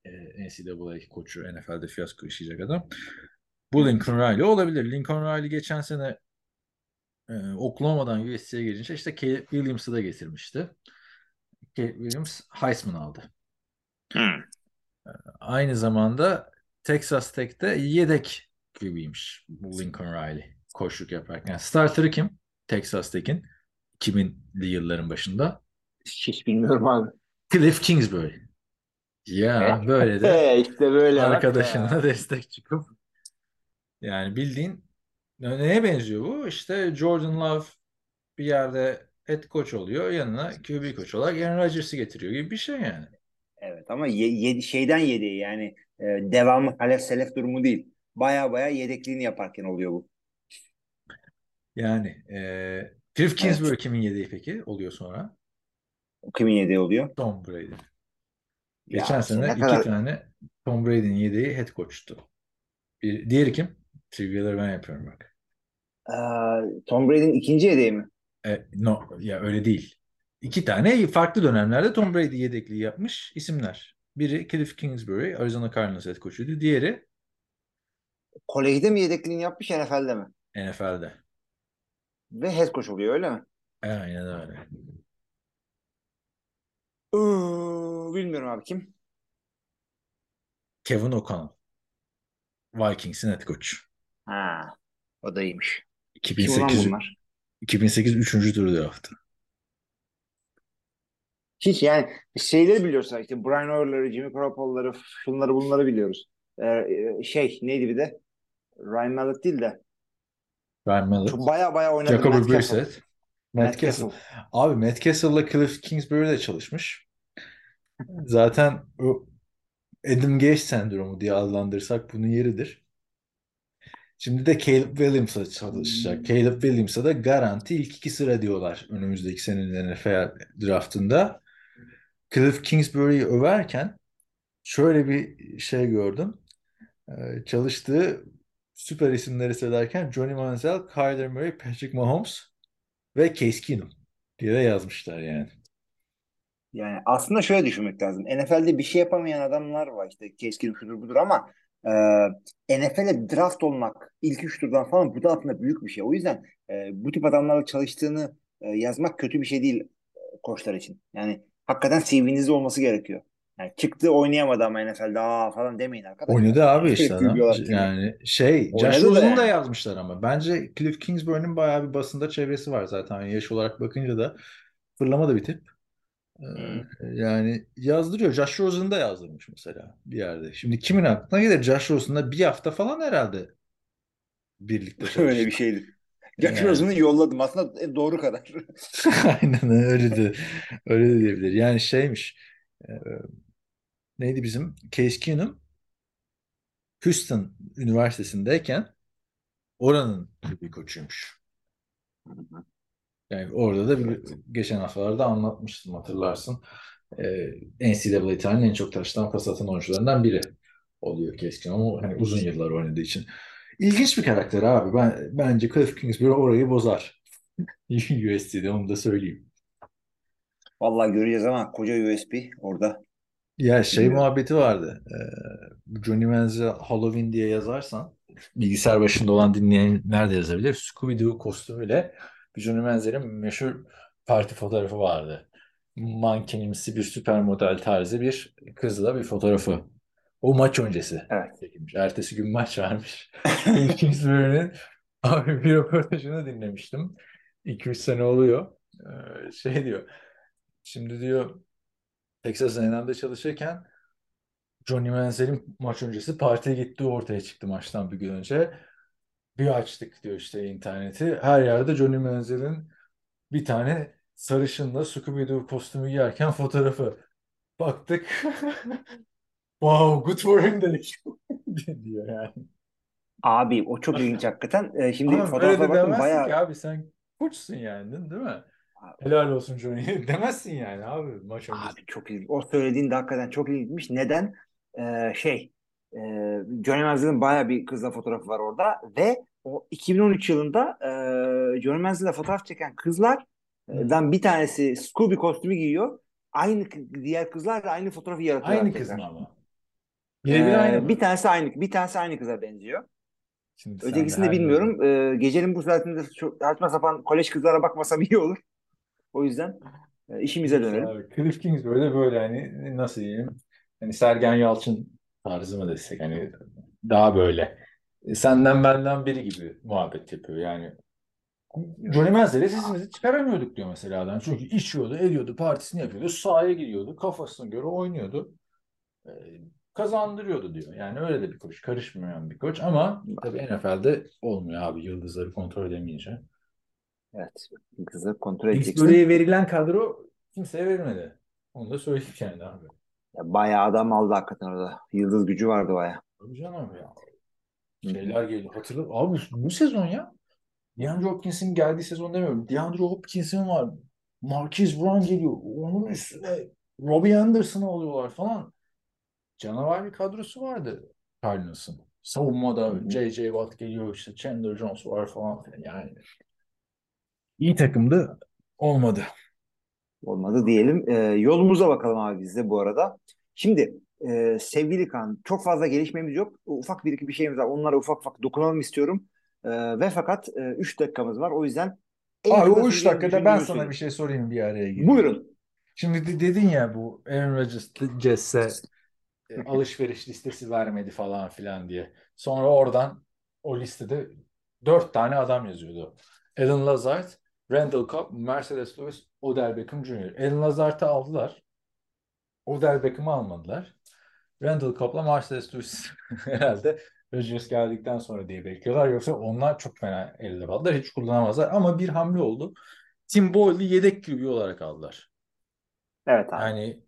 e, N C A A koçu, N F L'de fiyasko yaşayacak adam. Bu Lincoln Riley olabilir. Lincoln Riley geçen sene e, Oklahoma'dan U S C'ye gelince işte Caleb Williams'ı da getirmişti. Caleb Williams Heisman aldı. Hmm. Aynı zamanda Texas Tech'te yedek Q B'ymiş bu Lincoln Riley koçluk yaparken. Starter'ı kim? Texas Tech'in iki binli yılların başında. Hiç bilmiyorum abi. Cliff Kingsbury. Ya böyle de işte böyle bak arkadaşına ya. destek çıkıp yani bildiğin neye benziyor bu? İşte Jordan Love bir yerde head coach oluyor. Yanına Q B koç olarak Aaron Rodgers'ı getiriyor gibi bir şey yani. Evet ama ye, ye- şeyden yedeği yani e, devamlı halef selef durumu değil. Baya baya yedekliğini yaparken oluyor bu. Yani e, Cliff Evet. Kingsbury kimin yedeği peki oluyor sonra? O kimin yedeği oluyor? Tom Brady. Ya Geçen işte sene ne iki kadar tane Tom Brady'nin yedeği head coach'tu. Bir, diğeri kim? Trivyaları ben yapıyorum bak. e, Tom Brady'nin ikinci yedeği mi? E, no, ya öyle değil. İki tane farklı dönemlerde Tom Brady yedekliği yapmış isimler. Biri Cliff Kingsbury, Arizona Cardinals head coach'uydu. Diğeri Kolejde mi yedekliğini yapmış N F L'de mi? N F L'de. Ve head coach oluyor öyle mi? E, aynen öyle. Iıı, bilmiyorum abi kim? Kevin O'Connell. Vikings'in head coach. Ha, o da iyiymiş. Kim olan iki bin sekiz bunlar? iki bin sekiz üçüncü turu draftı. Hiç yani şeyleri biliyoruz işte Brian Hoyer'ları, Jimmy Garoppolo'ları, şunları bunları biliyoruz. Ee, e, şey neydi bir de? Ryan Mallett değil de Ryan Mallett, çok baya baya oynadı Jacoby Matt Castle. Brissett, Matt Matt Castle. Castle. Abi Matt Castle'la Cliff Kingsbury de çalışmış. Zaten o Adam Gase sendromu diye adlandırsak bunun yeridir. Şimdi de Caleb Williams'la çalışacak. Caleb Williams'a da garanti ilk iki sıra diyorlar önümüzdeki senenin N F L draftında. Cliff Kingsbury'yi överken şöyle bir şey gördüm. Ee, çalıştığı süper isimleri söylerken Johnny Manziel, Kyler Murray, Patrick Mahomes ve Case Keenum diye de yazmışlar yani. Yani aslında şöyle düşünmek lazım. N F L'de bir şey yapamayan adamlar var işte keskin şudur budur ama e, N F L'e draft olmak ilk üç turdan falan bu da aslında büyük bir şey. O yüzden e, bu tip adamlarla çalıştığını e, yazmak kötü bir şey değil e, koçlar için. Yani hakikaten C V'nizde olması gerekiyor. Yani çıktı oynayamadı ama N F L'de aa falan demeyin arkadaşlar. Oynadı abi işte Böyle Q B adam. olarak çünkü. Yani şey, Josh Oynadı da Rosen'u da yani. yazmışlar ama. Bence Cliff Kingsbury'nin bayağı bir basında çevresi var zaten. Yani yaş olarak bakınca da fırlama da bir tip. Ee, Hı. yani yazdırıyor. Josh Rosen'u da yazdırmış mesela bir yerde. Şimdi kimin aklına gelir? Josh Rosen'la bir hafta falan herhalde birlikte Öyle bir çalıştı. şeydi. Josh Yani Rosen'ı yolladım. Aslında e, doğru kadar. aynen öyle de öyle de diyebilir. Yani şeymiş. e, neydi bizim? Case Keenum Houston Üniversitesi'ndeyken oranın bir koçuymuş. Yani orada da bir, Evet. geçen haftalarda anlatmıştım hatırlarsın. Ee, N C A A tarihinin en çok taştan pas atan oyuncularından biri oluyor Keskin ama hani uzun yıllar oynadığı için. İlginç bir karakter abi. Ben bence Cliff Kingsbury orayı bozar. U S C'de onu da söyleyeyim. Vallahi göreceğiz ama koca U S B orada Ya şey bilmiyorum. muhabbeti vardı. Ee, Johnny Manziel Halloween diye yazarsan bilgisayar başında olan dinleyenler de yazabilir. Scooby-Doo kostümüyle bir Johnny Manziel'in meşhur parti fotoğrafı vardı. Mankenimsi bir süper model tarzı bir kızla bir fotoğrafı. O maç öncesi Evet. çekilmiş. Ertesi gün maç vermiş. Cliff Kingsbury'nin abi bir röportajını dinlemiştim. iki üç sene oluyor. Ee, şey diyor. Şimdi diyor Texas A and M'de çalışırken Johnny Manziel'in maç öncesi partiye gittiği ortaya çıktı maçtan bir gün önce. Bir açtık diyor işte interneti. Her yerde Johnny Manziel'in bir tane sarışınla Scooby-Doo kostümü giyerken fotoğrafı. Baktık. Wow, good for him dedik. diyor yani. Abi o çok ilginç hakikaten. Ee, şimdi Abi öyle fotoğrafa de baktım demezsin ki bayağı abi sen koçsun yani değil mi? Helal olsun Johnny. Demezsin yani abi maç öncesi. abi çok ilginç. O söylediğin de hakikaten çok ilginçmiş. Neden? Ee, şey e, Johnny Manziel'in bayağı bir kızla fotoğrafı var orada ve o iki bin on üç yılında e, Johnny Manziel'le fotoğraf çeken Hı. kızlardan bir tanesi Scooby kostümü giyiyor. Aynı kı- diğer kızlar da aynı fotoğrafı yaratıyorlar Aynı kız mı tekrar. ama? Birebir aynı Ee, mı? bir tanesi aynı bir tanesi aynı kıza benziyor. Şimdi sen de Ötekisini de her gördün. bilmiyorum. Ee, gecenin bu saatinde çok saçma sapan kolej kızlara bakmasam iyi olur. O yüzden e, işimize Neyse dönelim. abi. Cliff Kings böyle böyle hani nasıl diyeyim? Hani Sergen Yalçın tarzı mı desek hani daha böyle. E, Senden benden biri gibi muhabbet yapıyor yani. Johnny Manziel'e sesimizi çıkaramıyorduk diyor mesela adam. Çünkü içiyordu, ediyordu, partisini yapıyordu, sahaya giriyordu, kafasına göre oynuyordu. E, Kazandırıyordu diyor. Yani öyle de bir koç, karışmayan bir koç ama tabii N F L'de olmuyor abi yıldızları kontrol edemeyince. Evet. Kızı kontrol Kingsbury'e edeceksin. verilen kadro kimseye verilmedi. Onu da söyleyeyim yani abi. Ya, bayağı adam aldı hakikaten orada. Yıldız gücü vardı bayağı. Tabii canım ya. Hı hı. Şeyler geliyor. Hatırla abi bu sezon ya. DeAndre Hopkins'in geldiği sezon demiyorum. DeAndre Hopkins'in var. Marquise Brown geliyor. Onun üstüne Robbie Anderson'ı alıyorlar falan. Canavar bir kadrosu vardı Cardinals'ın. Hı Savunmada hı. J J. Watt geliyor işte Chandler Jones var falan filan. Yani iyi takımdı. Olmadı. Olmadı diyelim. Ee, yolumuza bakalım abi biz de bu arada. Şimdi e, sevgili Kaan, çok fazla gelişmemiz yok. Ufak bir iki bir şeyimiz var. Onlara ufak ufak dokunalım istiyorum. Ee, ve fakat üç dakikamız var. O yüzden en Abi kısa o üç söyleyeceğim dakikada ben düşüncemi sana bir söyleyeyim. şey sorayım bir araya gireyim. Buyurun. Şimdi de- dedin ya bu Aaron Rodgers Jets'e e, alışveriş listesi vermedi falan filan diye. Sonra oradan o listede dört tane adam yazıyordu. Alan Lazard, Randall Cobb, Mercedes Lewis, Odell Beckham Junior Alan Lazard'ı aldılar. Odell Beckham'ı almadılar. Randall Cobb'la Mercedes Lewis herhalde Rodgers geldikten sonra diye bekliyorlar. Yoksa onlar çok fena elde kaldılar. Hiç kullanamazlar. Ama bir hamle oldu. Tim Boyle'ı yedek Q B olarak aldılar. Evet abi. Yani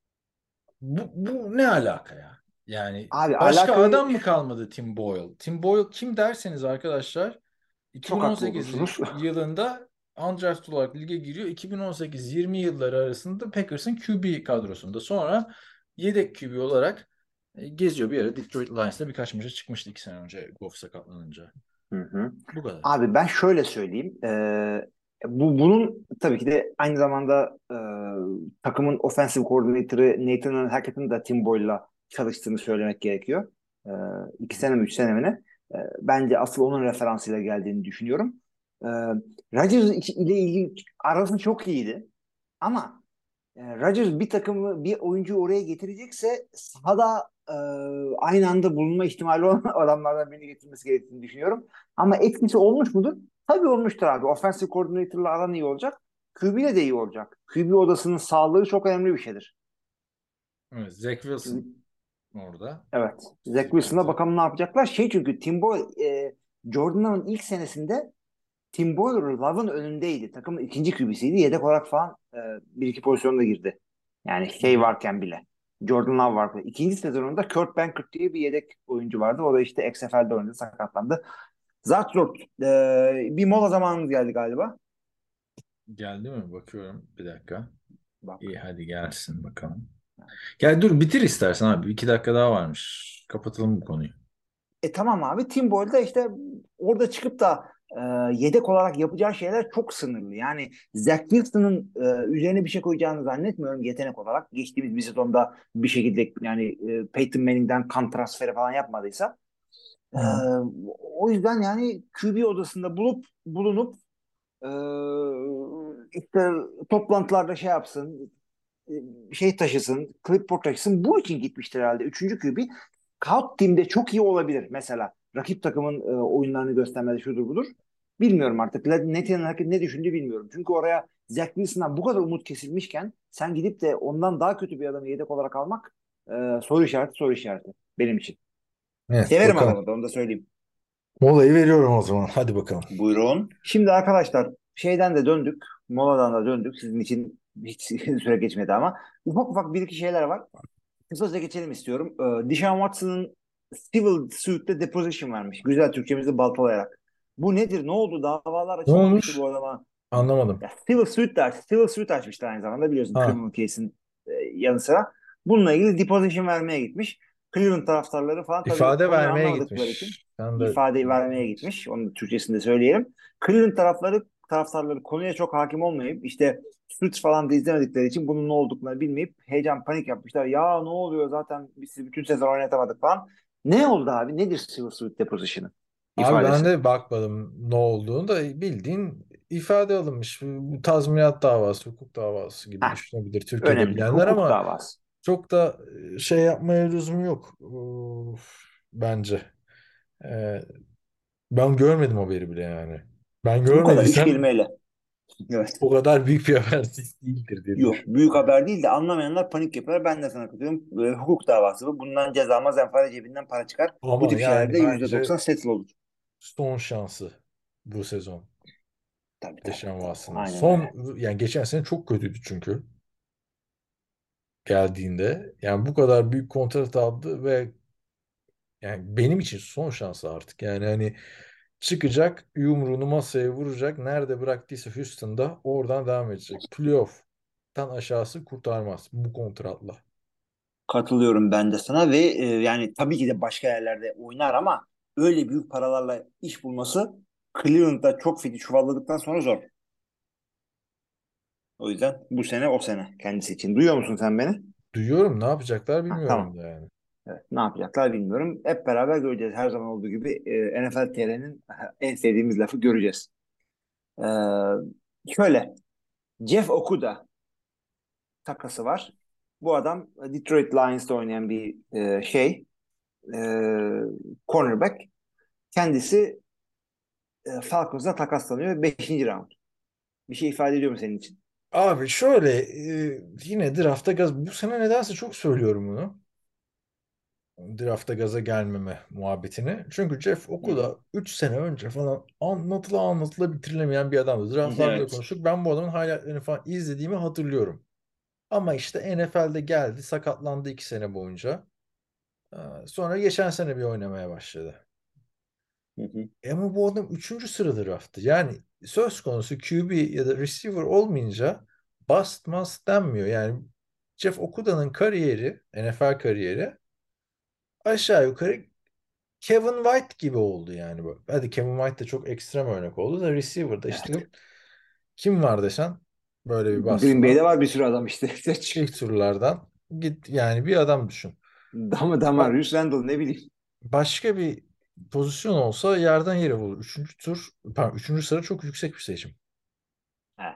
bu, bu ne alaka ya? Yani Abi başka alakayı adam mı kalmadı Tim Boyle? Tim Boyle kim derseniz arkadaşlar çok haklı iki bin on sekiz olursunuz. yılında undrafted olarak lige giriyor. iki bin on sekiz yirmi yılları arasında Packers'ın Q B kadrosunda. Sonra yedek Q B olarak e, geziyor. Bir ara Detroit Lions'ta birkaç maça çıkmıştı iki sene önce Goff sakatlanınca. Hı hı. Bu kadar. Abi ben şöyle söyleyeyim. Ee, bu bunun tabii ki de aynı zamanda e, takımın offensive coordinator'ı Nathan Hackett'ın da Tim Boyle'la çalıştığını söylemek gerekiyor. Ee, iki sene mi üç sene mi ne? Ee, bence asıl onun referansıyla geldiğini düşünüyorum. Ee, Rodgers ile ilgili arası çok iyiydi. Ama e, Rodgers bir takımı bir oyuncu oraya getirecekse sahada e, aynı anda bulunma ihtimali olan adamlardan birini getirmesi gerektiğini düşünüyorum. Ama etkisi olmuş mudur? Tabii olmuştur abi. Offensive coordinator'la aran iyi olacak. Q B ile de iyi olacak. Q B odasının sağlığı çok önemli bir şeydir. Evet, Zach Çünkü, Wilson orada. evet. Zach Wilson'a Sıkıntı. bakalım ne yapacaklar. Şey çünkü Tim Boyle e, Jordan Love'ın ilk senesinde Tim Boyle Love'ın önündeydi. Takımın ikinci Q B'siydi. Yedek olarak falan e, bir iki pozisyonda girdi. Yani Hı şey hı. varken bile. Jordan Love varken. İkinci sezonunda Kurt Benkert diye bir yedek oyuncu vardı. O da işte X F L'de oynadı, sakatlandı. Zart e, bir mola zamanımız geldi galiba. Geldi mi? Bakıyorum. Bir dakika. İyi Bak. hadi gelsin bakalım. Gel dur bitir istersen abi. İki dakika daha varmış. Kapatalım bu konuyu. E tamam abi. Tim Boyle da işte orada çıkıp da e, yedek olarak yapacağı şeyler çok sınırlı. Yani Zach Wilson'ın e, üzerine bir şey koyacağını zannetmiyorum yetenek olarak. Geçtiğimiz bir sezonda bir şekilde yani e, Peyton Manning'den kan transferi falan yapmadıysa. E, Hı. o yüzden yani Q B odasında bulup bulunup e, işte toplantılarda şey yapsın, e, şey taşısın, clipboard taşısın. Bu için gitmiştir herhalde. Üçüncü Q B. Scout team'de çok iyi olabilir mesela. Rakip takımın e, oyunlarını göstermede şudur budur. Bilmiyorum artık. Netanyahu hareket ne düşündü bilmiyorum. Çünkü oraya Zach Wilson'dan bu kadar umut kesilmişken sen gidip de ondan daha kötü bir adamı yedek olarak almak e, soru işareti soru işareti benim için. Evet Severim bakalım. adamı da onu da söyleyeyim. Molayı veriyorum o zaman. Hadi bakalım. Buyurun. Şimdi arkadaşlar şeyden de döndük. Moladan da döndük. Sizin için hiç süre geçmedi ama. Ufak ufak bir iki şeyler var. Kısaca geçelim istiyorum. Ee, Deshaun Watson'ın civil suit'te deposition vermiş. Güzel Türkçemizde baltalayarak. Bu nedir? Ne oldu? Davalar Ne açılmamıştı olmuş? bu adama. Anlamadım. Ya, civil suit de civil suit açmışlar aynı zamanda biliyorsun Ha. criminal case'in e, yanı sıra. Bununla ilgili deposition vermeye gitmiş. Cleveland taraftarları falan tabii İfade konuyu vermeye anlamadıkları için gitmiş. Sen de ifade vermeye gitmiş. Onu da Türkçesinde söyleyelim. Cleveland tarafları taraftarları konuya çok hakim olmayıp işte Suits falan da izlemedikleri için bunun ne olduklarını bilmeyip heyecan panik yapmışlar. Ya ne oluyor zaten biz sizi bütün sezon oynatamadık falan. Ne oldu abi? Nedir Civil Suit Deposition'ın Abi ben ifadesi? de bakmadım ne olduğunu da bildiğin ifade alınmış. Bu tazminat davası, hukuk davası gibi Heh, düşünebilir Türkiye'de önemli değil. bilenler Hukuk ama davası. çok da e, şey yapmaya lüzum yok Uf, bence. Ee, Ben görmedim haberi bile yani. Ben Bu kadar. Üç görmediysem kelimeyle. Evet. o kadar büyük bir haber değildir diye Yok. düşünüyorum. Büyük haber değil de anlamayanlar panik yapıyorlar. Ben de sana katılıyorum. E, hukuk davası bu. Bundan ceza almaz. Enfare cebinden para çıkar. Bu Ama tip yani şeylerde yüzde bence doksan settle olur. son şansı bu sezon Tabii tabii. Deshaun Tabii. Watson'ın. Aynen öyle. Son yani geçen sene çok kötüydü çünkü geldiğinde. Yani bu kadar büyük kontrat aldı ve yani benim için son şansı artık. Yani hani çıkacak, yumruğunu masaya vuracak. Nerede bıraktıysa Houston'da oradan devam edecek. Playoff'tan aşağısı kurtarmaz bu kontratla. Katılıyorum ben de sana ve e, yani tabii ki de başka yerlerde oynar ama öyle büyük paralarla iş bulması Cleveland'da çok fiti çuvalladıktan sonra zor. O yüzden bu sene o sene kendisi için. Duyuyor musun sen beni? Duyuyorum, ne yapacaklar Ha, bilmiyorum tamam. da yani. Evet, ne yapacaklar bilmiyorum. Hep beraber göreceğiz. Her zaman olduğu gibi e, N F L T R'nin en sevdiğimiz lafı göreceğiz. Ee, şöyle Jeff Okuda takası var. Bu adam Detroit Lions'ta oynayan bir e, şey e, cornerback. Kendisi e, Falcons'la takaslanıyor. Beşinci round. Bir şey ifade ediyor mu senin için? Abi şöyle e, yine drafta gaz bu sene nedense çok söylüyorum bunu. Drafta gaza gelmeme muhabbetini. Çünkü Jeff Hı hı. Okuda üç sene önce falan anlatıla anlatıla bitirilemeyen bir adamdı. Draftlarda da Evet. konuştuk. Ben bu adamın highlightlerini falan izlediğimi hatırlıyorum. Ama işte N F L'de geldi, sakatlandı iki sene boyunca. Ee, Sonra geçen sene bir oynamaya başladı. Hı hı. E Ama bu adam üçüncü sırada draftı. Yani söz konusu Q B ya da receiver olmayınca bust must denmiyor. Yani Jeff Okuda'nın kariyeri, N F L kariyeri aşağı yukarı Kevin White gibi oldu yani. bu. Hadi Kevin White de çok ekstrem örnek oldu da receiver'da işte Evet. kim var desen böyle bir Green Bay'de bastıran var bir sürü adam işte. Seç. ilk turlardan git yani bir adam düşün. Dam Damarius Randall ne bileyim. Başka bir pozisyon olsa yerden yere vurur. Üçüncü tur, pardon, üçüncü sıra çok yüksek bir seçim. He.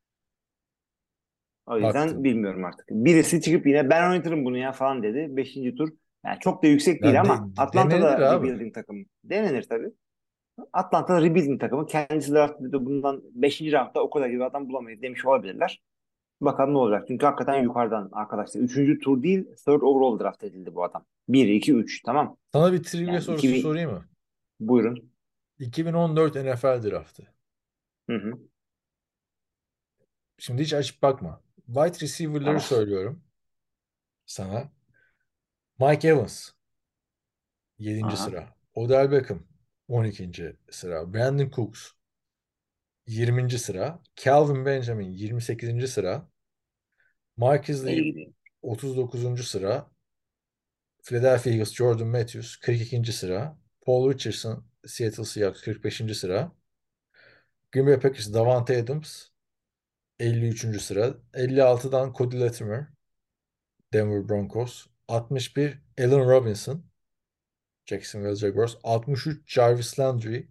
O yüzden Baktın. bilmiyorum artık. Birisi çıkıp yine ben oynatırım bunu ya falan dedi. Beşinci tur. Yani çok da yüksek değil Yani de, ama denenir Atlanta'da abi. rebuilding takımı. Denenir tabii. Atlanta rebuilding takımı. Kendisi de artık dedi, bundan beşinci roundda o kadar gibi adam bulamayız demiş olabilirler. Bakalım ne olacak. Çünkü hakikaten yukarıdan arkadaşlar. Üçüncü tur değil, third overall draft edildi bu adam. Bir, iki, üç. Tamam. Sana bir trivia Yani sorusu iki bin. sorayım mı? Buyurun. iki bin on dört N F L draftı. Hı hı. Şimdi hiç açıp bakma. Wide receiver'ları Tamam. söylüyorum sana. Mike Evans yedinci Aha. sıra. Odell Beckham on ikinci sıra. Brandon Cooks yirminci sıra. Calvin Benjamin yirmi sekizinci sıra. Marcus İyi Lee gidiyor. otuz dokuzuncu sıra. Philadelphia Eagles Jordan Matthews kırk ikinci sıra. Paul Richardson Seattle Seahawks kırk beşinci sıra. Green Bay Packers Davante Adams elli üçüncü sıra. elli altıdan Cody Latimer Denver Broncos. altmış bir Allen Robinson Jacksonville Jaguars. altmış üç Jarvis Landry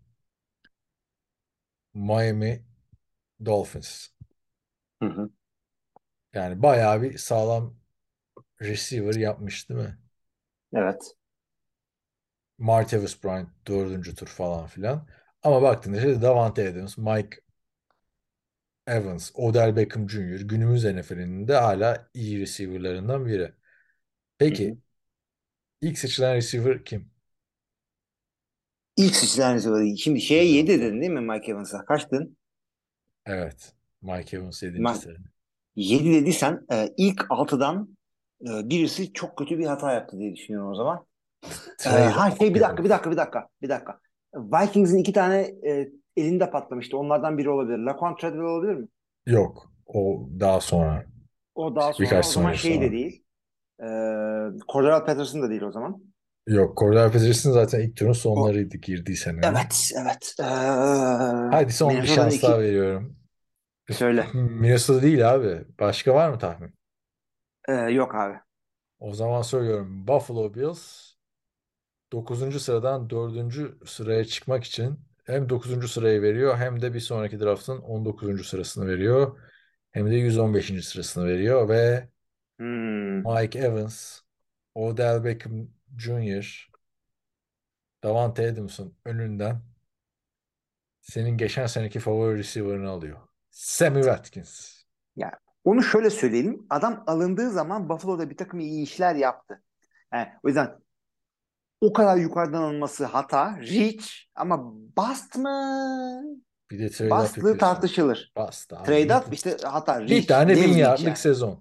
Miami Dolphins. Hı hı. Yani bayağı bir sağlam receiver yapmış değil mi? Evet. Martavis Bryant dördüncü tur falan filan. Ama baktığında işte Davante Adams, Mike Evans, Odell Beckham Junior günümüz N F L'inin de hala iyi receiver'larından biri. Hı hı. Peki ilk seçilen receiver kim İlk seçilen receiver. Şimdi bu şeye yedi draftta? dedin değil mi Mike Evans'a? Kaçtın? Evet. Mike Evans yedinci Ma- sıra. yedi dediysen e, ilk altıdan e, birisi çok kötü bir hata yaptı diye düşünüyorum o zaman. E, Trade ha şey bir dakika bir Akers. dakika bir dakika bir dakika. Vikings'in iki tane e, elinde patlamıştı. Onlardan biri olabilir. Laquan Treadwell olabilir mi? Yok. O daha sonra. O daha Birkaç sonra. O zaman sene şey de sonra. değil. E, Cordell Patterson da değil o zaman. Yok, Cordell Patterson zaten ilk turun O, sonlarıydı girdiği sene. evet, evet. Ee, Hadi son bir Minnesota'nın şans daha iki veriyorum. söyle. Minnesota değil abi. Başka var mı tahmin? Ee, yok abi. O zaman söylüyorum. Buffalo Bills dokuzuncu sıradan dördüncü sıraya çıkmak için hem dokuzuncu sırayı veriyor hem de bir sonraki draftın on dokuzuncu sırasını veriyor. Hem de yüz on beşinci sırasını veriyor ve Hmm. Mike Evans, Odell Beckham Junior, Davante Adams'ın önünden senin geçen seneki favori receiver'ını alıyor. Sammy Watkins. Ya onu şöyle söyleyelim. Adam alındığı zaman Buffalo'da bir takım iyi işler yaptı. Yani o yüzden o kadar yukarıdan alınması hata. Reach ama bust mı? Bir de trade up Bust'lığı yapıyorsun. tartışılır. Bastı abi. Trade Bir, up işte hata. bir Reach. tane bin Dev reach yardlık yani. sezon.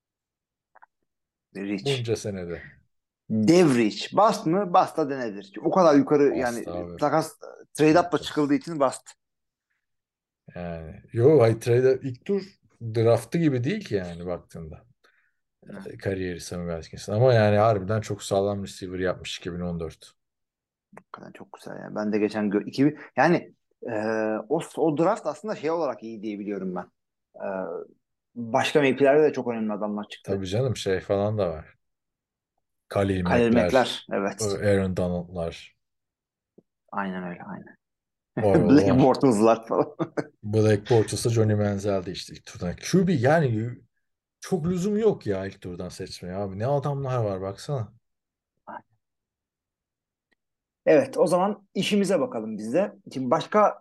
Reach. Bunca senede. Dev reach. Bust mı? Bust'a denebilir. O kadar yukarı yani Bastı abi. takas trade up'la Bastı. çıkıldığı için bust. Yani. Yo, hayır, trade ilk tur draftı gibi değil ki yani baktığında. Hı. E, Kariyeri Sammy Watkins'in. Ama yani harbiden çok sağlam receiver yapmış iki bin on dört. Hakikaten çok güzel yani. Ben de geçen gö- iki bin yani e, o, o draft aslında şey olarak iyi diye biliyorum ben. E, başka mevkilerde de çok önemli adamlar çıktı. Tabii canım, şey falan da var. Khalil Khalil Mack'ler, Mack'ler. Evet. Aaron Donald'lar, Aynen öyle. Aynen. var var Black var. Bortles'lar falan. Black Bortles'la Johnny Manziel'de işte ilk turdan. Q B yani çok lüzum yok ya ilk turdan seçmeye abi. Ne adamlar var baksana. Evet, o zaman işimize bakalım biz de. Şimdi başka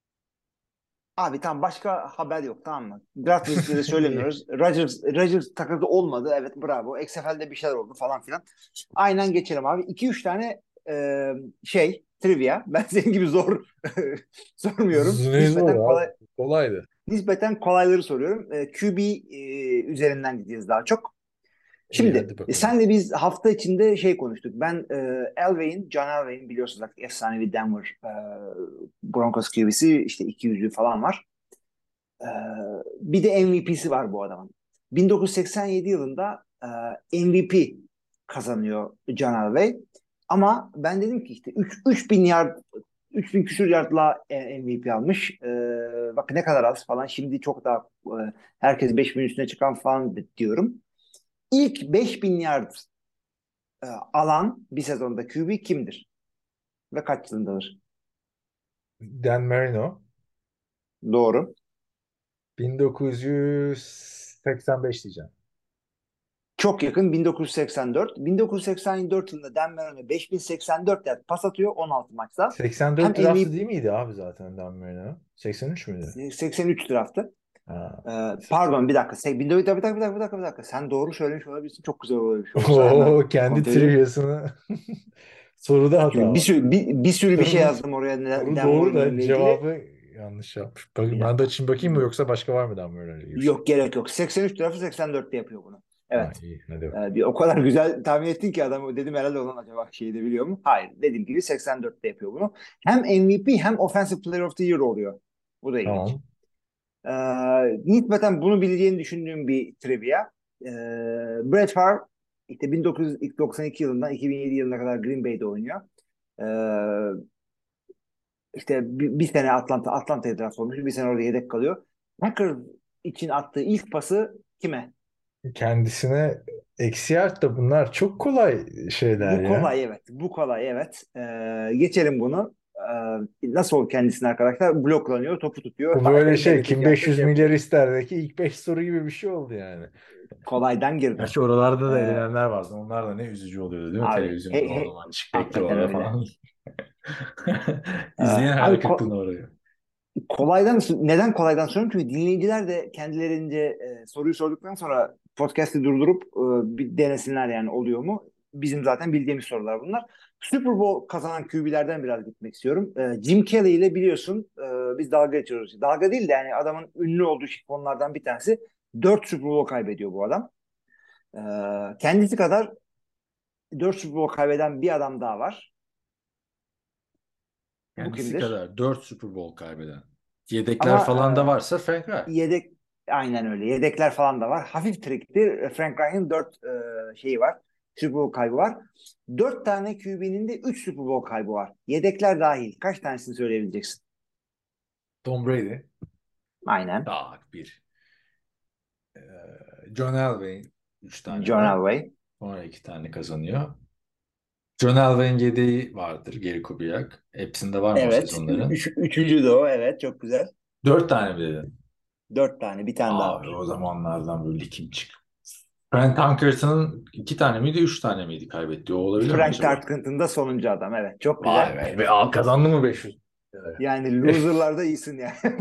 abi tamam başka haber yok tamam mı? Draft listede İyi. söylemiyoruz. Rodgers, Rodgers takırdı olmadı. Evet bravo. X F L'de bir şeyler oldu falan filan. Aynen geçelim abi. iki üç tane e, şey trivia. Ben senin gibi zor sormuyorum. Ne zor Nispeten abi. kolay Kolaydı. nispeten kolayları soruyorum. E, Q B e, üzerinden gideceğiz daha çok. İyi, Şimdi hadi e, bakalım. senle biz hafta içinde şey konuştuk. Ben e, Elway'in, John Elway'in biliyorsunuz artık efsanevi Denver e, Broncos Q B'si işte iki yüzlü falan var. E, bir de M V P'si var bu adamın. bin dokuz yüz seksen yedi yılında e, M V P kazanıyor John Elway. Ama ben dedim ki işte üç, üç bin yard üç bin küsur yardla e, M V P almış. E, bak ne kadar az falan. Şimdi çok daha e, herkes beş bin üstüne çıkan falan diyorum. İlk beş bin yard e, alan bir sezonda Q B kimdir? Ve kaç yılındadır? Dan Marino Doğru. bin dokuz yüz seksen beş diyeceğim. Çok yakın bin dokuz yüz seksen dört. bin dokuz yüz seksen dört yılında Dan Marino beş bin seksen dört yard pas atıyor on altı maçta. seksen Hem dört draftı M V P değil miydi abi zaten Dan Marino? seksen üç müydü? seksen üç draftı. Ha. Ee, pardon bir dakika. Se- bin dokuz yüz- Bir dakika, bir dakika, bir dakika, bir dakika. Sen doğru söylemiş olabilirsin. Çok güzel olmuş olursa hemen Oo, kendi kontrol ediyorum. triviasını soruda hata Çünkü bir var. sürü bir, bir sürü bir şey Sorunun yazdım oraya ne- soru Dan doğru Marino da ile ilgili. cevabı yanlış yapmış. Bak, Bir ben de dakika. açayım bakayım mı yoksa başka var mı Dan Marino ile ilgili bir şey? Yok gerek yok. seksen üç draftı seksen dörtte yapıyor bunu. Ha, Evet. iyi, hadi bakalım. Ee, bir, o kadar güzel tahmin ettin ki adamı dedim herhalde olan acaba şeyi de biliyor mu? Hayır. Dediğim gibi seksen dörtte yapıyor bunu. Hem M V P hem Offensive Player of the Year oluyor. Bu da ilginç. Tamam. Ee, nispeten bunu bileceğini düşündüğüm bir trivia. Ee, Brett Favre işte bin dokuz yüz doksan iki yılından iki bin yedi yılına kadar Green Bay'de oynuyor. Ee, işte bir, bir sene Atlanta Atlanta'ya draft olmuş. Bir sene orada yedek kalıyor. Packers için attığı ilk pası kime? Kendisine eksi yard da bunlar çok kolay şeyler Bu ya. kolay evet. Bu kolay evet. Ee, geçelim bunu. Ee, nasıl kendisini arkadaşlar? Bloklanıyor, topu tutuyor. Bu Ta- böyle şey devlet kim tiyatrosu beş yüz şey milyar yapıyor. isterdeki ilk beş soru gibi bir şey oldu yani. Kolaydan girdim. Gerçi oralarda da Ee, elenenler vardı. Onlar da ne üzücü oluyordu değil mi? abi Televizyonda he, o he, zaman çık hakikaten bekliyorlar öyle. falan. Ee, İzleyen hayal abi ko- kırıklığına uğruyor. kolaydan neden kolaydan soruyorum? Çünkü dinleyiciler de kendilerince e, soruyu sorduktan sonra podcast'i durdurup e, bir denesinler yani oluyor mu? Bizim zaten bildiğimiz sorular bunlar. Super Bowl kazanan Q B'lerden biraz gitmek istiyorum. E, Jim Kelly ile biliyorsun e, biz dalga geçiyoruz. Dalga değil de yani adamın ünlü olduğu konulardan bir tanesi. Dört Super Bowl kaybediyor bu adam. E, kendisi kadar dört Super Bowl kaybeden bir adam daha var. Bu Kendisi kimdir? kadar dört Super Bowl kaybeden. Yedekler Ama falan da varsa Frank e, Reich. yedek aynen öyle. Yedekler falan da var. Hafif triktir. Frank Reich'in dört e, şeyi var. Super Bowl kaybı var. Dört tane Q B'nin de üç Super Bowl kaybı var. Yedekler dahil. Kaç tanesini söyleyebileceksin? Tom Brady. Aynen. Tak bir. Ee, John Elway üç tane John var. Elway. Sonra iki tane kazanıyor. John Elway'in yedeği vardır. Geri Kubiak. Hepsinde var mı o Evet. sezonların? Üç, üçüncü de o. Evet. Çok güzel. Dört tane mi dedin? Dört tane. Bir tane daha Abi var. o zamanlardan böyle kim çık? Frank Tankerton'ın iki tane miydi, üç tane miydi kaybettiği? O olabilir mi Frank acaba? Tarkenton da sonuncu adam. Evet. Çok güzel. Vay be. Ve al kazandı mı beş yüz? Yani loser'larda iyisin yani.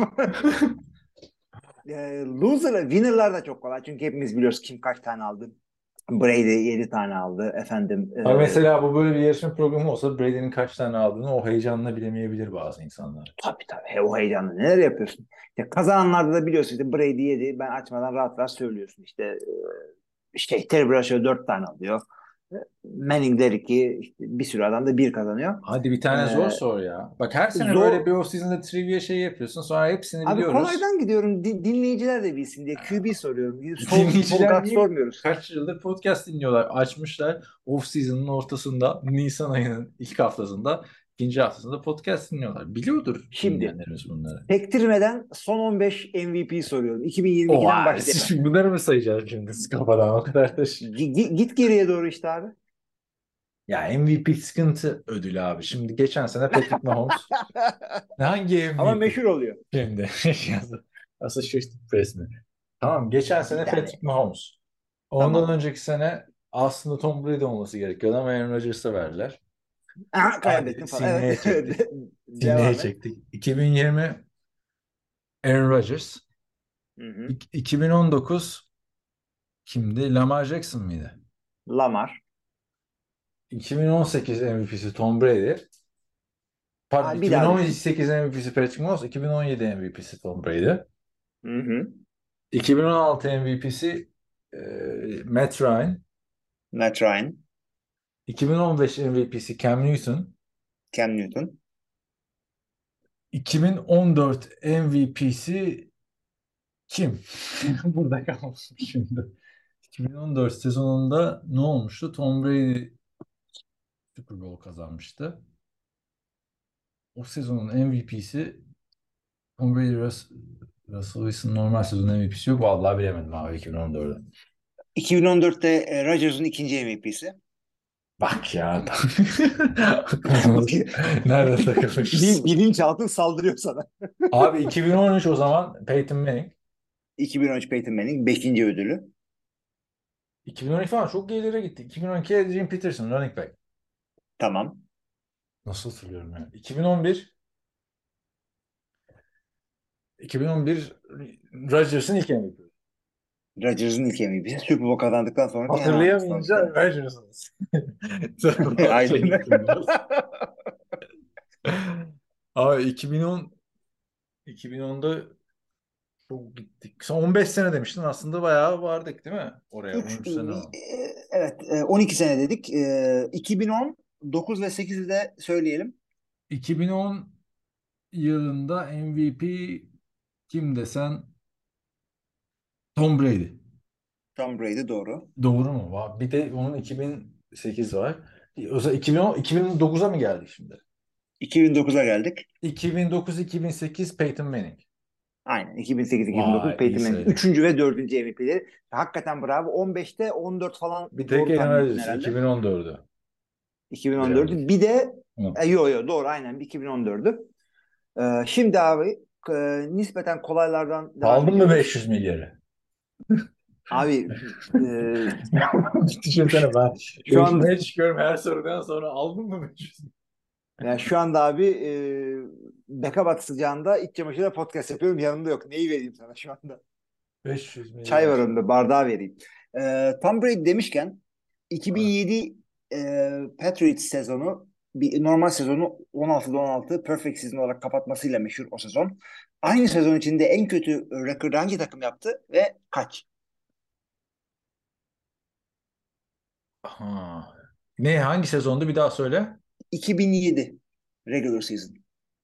E, loser, winner'lar da çok kolay. Çünkü hepimiz biliyoruz kim kaç tane aldı. Brady yedi tane aldı. Efendim. Ama E, mesela bu böyle bir yarışma programı olsa Brady'nin kaç tane aldığını o heyecanla bilemeyebilir bazı insanlar. tabii tabii. He, o heyecanla neler yapıyorsun? İşte kazananlarda da biliyorsun işte Brady yedi. Ben açmadan rahat rahat söylüyorsun. İşte e, şey Terry Bradshaw dört tane alıyor. Manning der ki işte bir sürü adam da bir kazanıyor. Hadi bir tane zor Ee, sor ya. Bak her sene zor. böyle bir off-season'da trivia şey yapıyorsun. Sonra hepsini Abi biliyoruz. kolaydan gidiyorum. Din- dinleyiciler de bilsin diye Q B soruyorum. Sol, sol Dinleyiciler guard niye sormuyoruz. kaç yıldır podcast dinliyorlar? Açmışlar off-season'ın ortasında, Nisan ayının ilk haftasında, ikinci haftasında podcast dinliyorlar. Biliyordur Şimdi dinleyenlerimiz bunları. sektirmeden son on beş M V P soruyorum. iki bin yirmi ikiden Oha, başlayalım. siz bunları mı sayacağız şimdi kafadan o kadar da şey. Gi- Git geriye doğru işte abi. Ya M V P sıkıntı ödülü abi. Şimdi geçen sene Patrick Mahomes hangi Ama M V P? meşhur oluyor. Şimdi Associated Press mi? Tamam, geçen sene Yani. Patrick Mahomes. Ondan Tamam. önceki sene aslında Tom Brady olması gerekiyordu ama Aaron Rodgers'a verdiler. Aha, kaybettim falan. Sineye Evet. çektik. Devam Sineye et. çektik. iki bin yirmi Aaron Rodgers. Hı hı. İk- iki bin on dokuz kimdi? Lamar Jackson mıydı? Lamar. iki bin on sekiz M V P'si Tom Brady. Pardon, Aa, bir daha düşün. iki bin on sekiz M V P'si Patrick Mahomes, iki bin on yedi M V P'si Tom Brady. Hı hı. iki bin on altı M V P'si e, Matt Ryan. Matt Ryan. iki bin on beş M V P'si Cam Newton. Cam Newton. iki bin on dört M V P'si kim? Burada kalmışım şimdi. iki bin on dört sezonunda ne olmuştu? Tom Brady Super Bowl kazanmıştı. O sezonun M V P'si Tom Brady, Rus Russell Wilson normal sezon M V P'si yok. Vallahi bilemedim abi iki bin on dörtte. iki bin on dörtte e, Rodgers'ın ikinci M V P'si. Bak ya. Nerede takılmışız? Bilinçaltın saldırıyor sana. Abi iki bin on üç o zaman Peyton Manning. iki bin on üç Peyton Manning beşinci ödülü. iki bin on iki falan çok gerilere gitti. iki bin on iki Adrian Peterson running back. Tamam. Nasıl hatırlıyorum ya? iki bin on bir iki bin on bir Rodgers'ın ilk M V P. Rodgers'ın ilk M V P'si. Super Bowl kazandıktan sonra Hatırlayamayınca Rodgers'ın. Aynen. Abi iki bin on iki bin onda çok gittik. Son on beş sene demiştin, aslında bayağı vardık değil mi? Oraya Üç, on üç sene o. e, evet e, on iki sene dedik. E, iki bin on dokuz ve sekizi de söyleyelim. iki bin on yılında M V P kim desen Tom Brady. Tom Brady doğru. Doğru mu? Va- Bir de onun iki bin sekiz var. O zaman iki bin on, iki bin dokuza mı geldik şimdi? iki bin dokuza geldik. iki bin dokuz iki bin sekiz Peyton Manning. Aynen. iki bin sekiz iki bin dokuz Vay, iyi Peyton Manning. sayı. Üçüncü ve dördüncü M V P'leri. Hakikaten bravo. on beşte on dört falan Bir tek doğru Aaron tahmin ettin Rodgers herhalde. iki bin on dördü. iki bin on dördü. Bilemedik. Bir de Hı. e, yo yo doğru aynen iki bin on dördü. Ee, şimdi abi e, nispeten kolaylardan devam Aldın mı ediyoruz. beş yüz milyarı? Abi e, Düşünsene ben şu an yarışmaya çıkıyorum, her sorudan sonra aldın mı beş yüz? yani şu anda abi e, Bekabat sıcağında iç çamaşırıyla podcast yapıyorum. Yanımda yok. Neyi vereyim sana şu anda? beş yüz milyar. Çay var önümde. Bardağı vereyim. E, Tom Brady demişken iki bin yedi e, Patriots sezonu bir normal sezonu on altıda on altı perfect season olarak kapatmasıyla meşhur o sezon. Aynı sezon içinde en kötü rekordu hangi takım yaptı ve kaç? Ha. Ne, hangi sezondu, bir daha söyle. iki bin yedi regular season.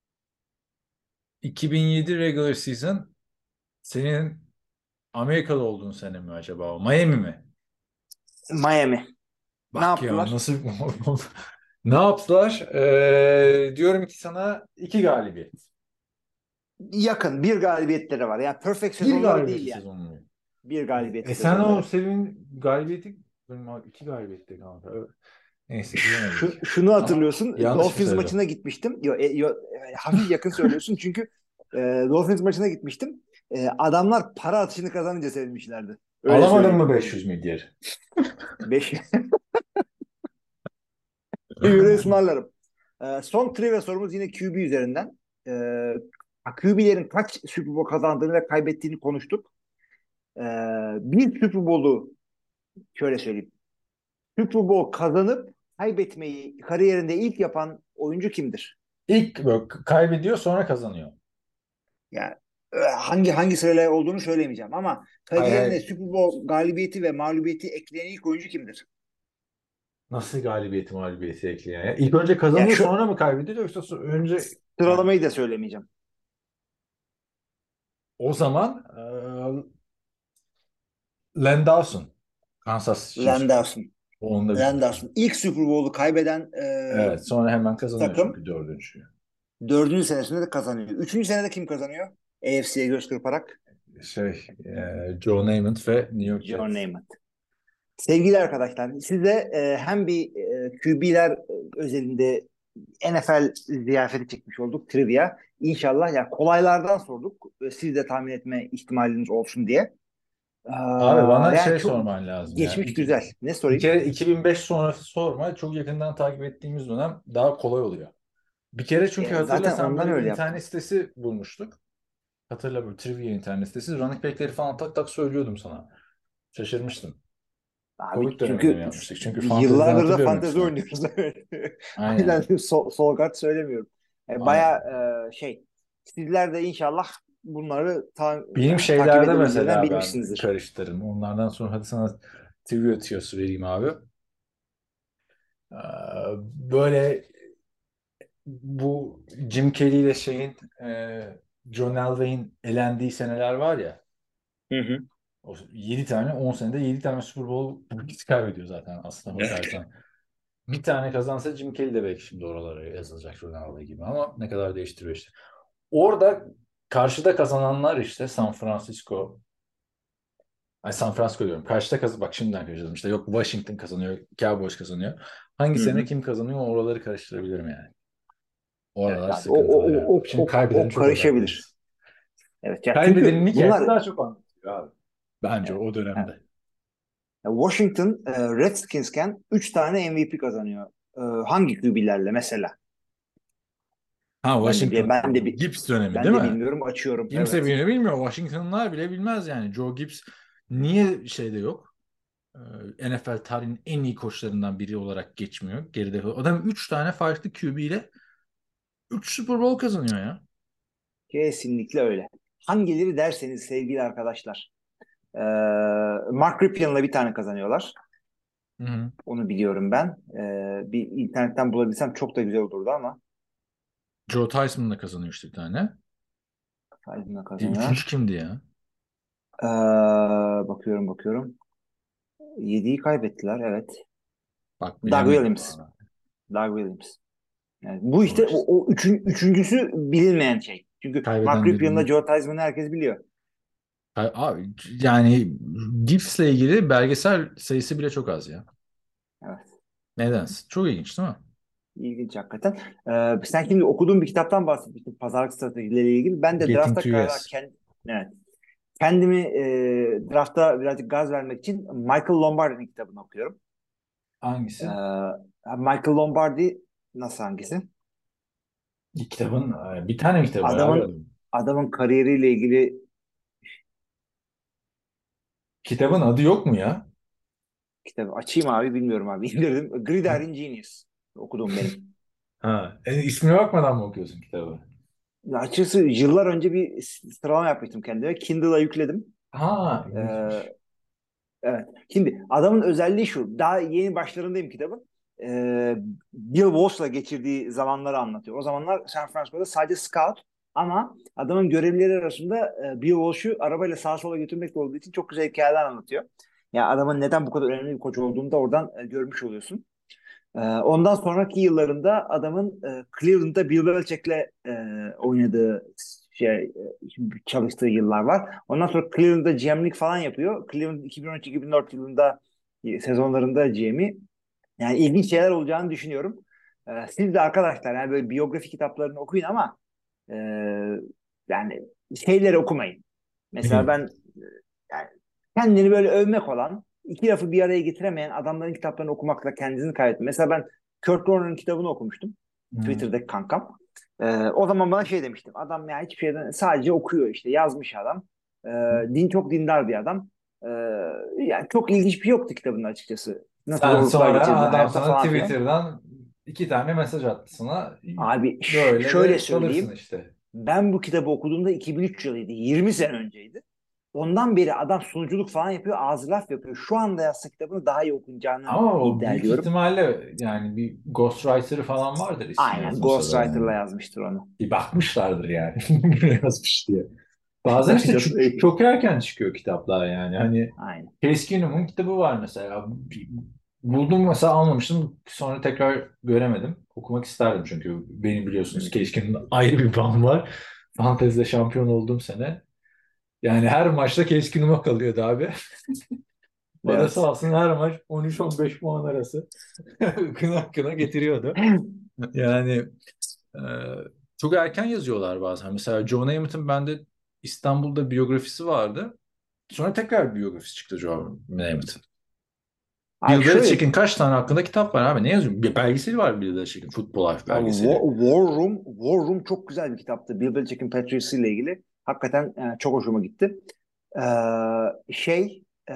iki bin yedi regular season senin Amerika'da olduğun sene mi acaba o? Miami mi? Miami. Ne Bak ya yaptılar? nasıl ne yaptılar? Ee, diyorum ki sana iki galibiyet. Yakın bir galibiyetleri var. Yani perfect Bir sezonları değil galibiyetli yani. sezon mu? Bir E, galibiyetli e sen o sezonları. senin galibiyeti benim abi iki galibiyetti kanka. Evet. Neyse Şu, bilemedik. şunu Ama hatırlıyorsun. yanlış mı Dolphins söyledim? maçına gitmiştim. Yo, e, yo, e, hafif yakın söylüyorsun çünkü e, Dolphins maçına gitmiştim. E, adamlar para atışını kazanınca sevmişlerdi. Öyle Alamadın söyleyeyim. mı beş yüz milyar? beş euro ısmarlarım. E, son trivia sorumuz yine Q B üzerinden. E, Q B'lerin kaç Super Bowl kazandığını ve kaybettiğini konuştuk. E, bir Super Bowl'u şöyle söyleyeyim. Super Bowl kazanıp kaybetmeyi kariyerinde ilk yapan oyuncu kimdir? İlk böyle kaybediyor sonra kazanıyor. Yani e, hangi hangi sırayla olduğunu söyleyemeyeceğim ama Hay kariyerine hay. Super Bowl galibiyeti ve mağlubiyeti ekleyen ilk oyuncu kimdir? Nasıl galibiyeti mağlubiyeti ekleyen ya? İlk önce Yani kazanıyor şu sonra mı kaybediyor yoksa so- önce yani sıralamayı da söylemeyeceğim. o zaman eee Len Dawson Kansas Chiefs. Landauson. Onu da bir düşün. Landauson. İlk Super Bowl'u kaybeden e, Evet sonra hemen kazanıyor takım çünkü dördüncü. dördüncü senesinde de kazanıyor. Üçüncü senede kim kazanıyor? A F C'ye göz kırparak. Şey eee Joe Namath ve New York John Jets. Namath. Sevgili arkadaşlar, size e, hem bir e, Q B'ler özelinde N F L ziyafeti çekmiş olduk, trivia. İnşallah ya kolaylardan sorduk. E, Siz de tahmin etme ihtimaliniz olsun diye. Abi Aa, bana yani şey çok sorman lazım ya. geçmiş İki, güzel. Ne bir sorayım? kere iki bin beş sonrası sorma. Çok yakından takip ettiğimiz dönem daha kolay oluyor. Bir kere çünkü E, zaten hatırlasan ondan böyle bir öyle internet yaptım. sitesi bulmuştuk. Hatırla böyle trivia internet sitesi. Running back'leri falan tak tak söylüyordum sana. Şaşırmıştım. Abi Covid döneminde mi çünkü yapmıştık? Çünkü fanteziden yıllardır da hatırlıyorum fantezi hepsini. oynuyoruz. O yüzden Aynen. sol, sol guard söylemiyorum. E, Aynen. baya e, şey sizler de inşallah bunları ta- Benim yani takip şeylerde edebildiğinden mesela ben bilmişsinizdir. karıştırırım. Onlardan sonra hadi sana trivia tiyosu vereyim abi. Ee, Böyle bu Jim Kelly ile şeyin e, John Elway'in elendiği seneler var ya. Hı hı. O yedi tane on senede yedi tane Super Bowl bu ikisi kaybediyor zaten aslında bakarsan. Bir tane kazansa Jim Kelly de belki şimdi oralara yazılacak Ronaldo gibi ama ne kadar değiştiriyor işte. Orada karşıda kazananlar işte San Francisco, ay San Francisco diyorum. Karşıda kaz bak şimdiden karıştırdım işte yok Washington kazanıyor, Cowboys kazanıyor. Hangi Hı sene hı. kim kazanıyor oraları karıştırabilirim yani. Evet Oralar abi. O, o, sıkıntılı o, yani. o, Şimdi o, kaybedeni o çok karışabilir. odaklıyız. Evet ya çünkü Kaybedenin hikayesi bunlar daha çok anlatıyor abi. Bence evet, o evet. dönemde. Ya Washington e, Redskins'ken üç tane M V P kazanıyor. E, hangi Q B'lerle mesela? Ha Ben de bir Washington ben de bir Gibbs dönemi ben değil de mi? bilmiyorum açıyorum. Kimse Evet. bile bilmiyor. Washington'lar bile bilmez yani. Joe Gibbs niye şeyde yok? Ee, N F L tarihinin en iyi koçlarından biri olarak geçmiyor. Geride adam üç tane farklı Q B ile üç Super Bowl kazanıyor ya. Kesinlikle öyle. Hangileri derseniz sevgili arkadaşlar. E, Mark Rypien'la bir tane kazanıyorlar. Hı hı. Onu biliyorum ben. E, bir internetten bulabilsem çok da güzel olurdu ama Joe Theismann'la kazanıyor işte bir tane. Aydın'la E, kazanıyor. üçüncü kimdi ya? E, bakıyorum bakıyorum. Yediyi kaybettiler evet. Bak Doug bilemedim Williams. valla. Doug Williams. Yani bu O işte işte. o, o üçün, üçüncüsü bilinmeyen şey. Çünkü Mark Kaybeden Rypien'la dediğin Joe Theismann'ı herkes biliyor. Kay- abi, yani Gibbs'le ilgili belgesel sayısı bile çok az ya. Evet. Nedense. Çok ilginç değil mi? İlginç hakikaten. Ee, sen şimdi okuduğun bir kitaptan bahsetmiştin pazarlık stratejileriyle ilgili. Ben de Getting drafta to karar Yes. kend, evet. Kendimi e, drafta birazcık gaz vermek için Michael Lombardi'nin kitabını okuyorum. Hangisi? Ee, Michael Lombardi nasıl hangisi? Kitabın bir tane mi kitabı var abi Adamın adamın? adamın kariyeriyle ilgili Kitabın adı yok mu ya? kitabı açayım abi bilmiyorum abi. İndirdim. Gridiron Genius okuduğum benim. Ha, e, ismine bakmadan mı okuyorsun kitabı? Ya açıkçası yıllar önce bir sıralama yapmıştım kendime. Kindle'a yükledim. Ha, Ee, ilginçmiş. evet. Şimdi adamın özelliği şu. Daha yeni başlarındayım kitabın. Ee, Bill Walsh'la geçirdiği zamanları anlatıyor. O zamanlar San Francisco'da sadece scout ama adamın görevlileri arasında e, Bill Walsh'u arabayla sağa sola götürmekle olduğu için çok güzel hikayeler anlatıyor. Ya adamın neden bu kadar önemli bir koç olduğunu da oradan e, görmüş oluyorsun. E, ondan sonraki yıllarında adamın e, Cleveland'da Bill Belichick'le e, oynadığı şey e, çalıştığı yıllar var. Ondan sonra Cleveland'da G M'lik falan yapıyor. Cleveland iki bin on üç iki bin dört yılında e, sezonlarında G M'i. Yani ilginç şeyler olacağını düşünüyorum. E, siz de arkadaşlar yani böyle biyografi kitaplarını okuyun ama e, yani şeyleri okumayın. Mesela ben e, yani kendini böyle övmek olan, iki lafı bir araya getiremeyen adamların kitaplarını okumakla kendini kaybettim. Mesela ben Kurt Warner'ın kitabını okumuştum. Hmm. Twitter'daki kankam. Ee, o zaman bana şey demiştim. Adam ya hiçbir şeyden sadece okuyor işte. Yazmış adam. Ee, din çok dindar bir adam. Ee, yani çok ilginç bir şey yoktu kitabının açıkçası. Nasıl Sen zorluklar sonra geçirdi adam hayatta sana falan filan. Twitter'dan iki tane mesaj attı sana. Abi ş- Böyle şöyle de kalırsın söyleyeyim. işte. Ben bu kitabı okuduğumda iki bin üç yılıydı. yirmi sene önceydi. Ondan beri adam sunuculuk falan yapıyor, ağzı laf yapıyor. Şu anda yazsa kitabını daha iyi okunacağını Ama o iddia büyük ediyorum. ihtimalle yani bir ghostwriter'ı falan vardır ismi Aynen yazmışsa da Ghostwriter'la yani. yazmıştır onu. Bir bakmışlardır yani. Ne yazmış diye. Bazen işte çok, çok erken çıkıyor kitaplar yani. Hani Aynen. Case Keenum'un kitabı var mesela. Bir- Buldum mesela almamıştım. Sonra tekrar göremedim. Okumak isterdim çünkü benim biliyorsunuz Case Keenum'un ayrı bir bağım var. Fantezide şampiyon olduğum sene. Yani her maçta Case Keenum'a kalıyordu abi. O da sağ Evet. olsun her maç on üç on beş puan arası kına kına getiriyordu. Yani e, çok erken yazıyorlar bazen. Mesela John Namath'ın bende İstanbul'da biyografisi vardı. Sonra tekrar bir biyografisi çıktı John Namath'ın. Abi Bill şöyle Belichick'in kaç tane hakkında kitap var abi? Ne yazıyor? Bir belgeseli var Bill Belichick'in. Football Life ya War, belgeseli. War Room War Room çok güzel bir kitaptı. Bill Belichick'in Patriots ile ilgili. Hakikaten e, çok hoşuma gitti. Ee, şey e,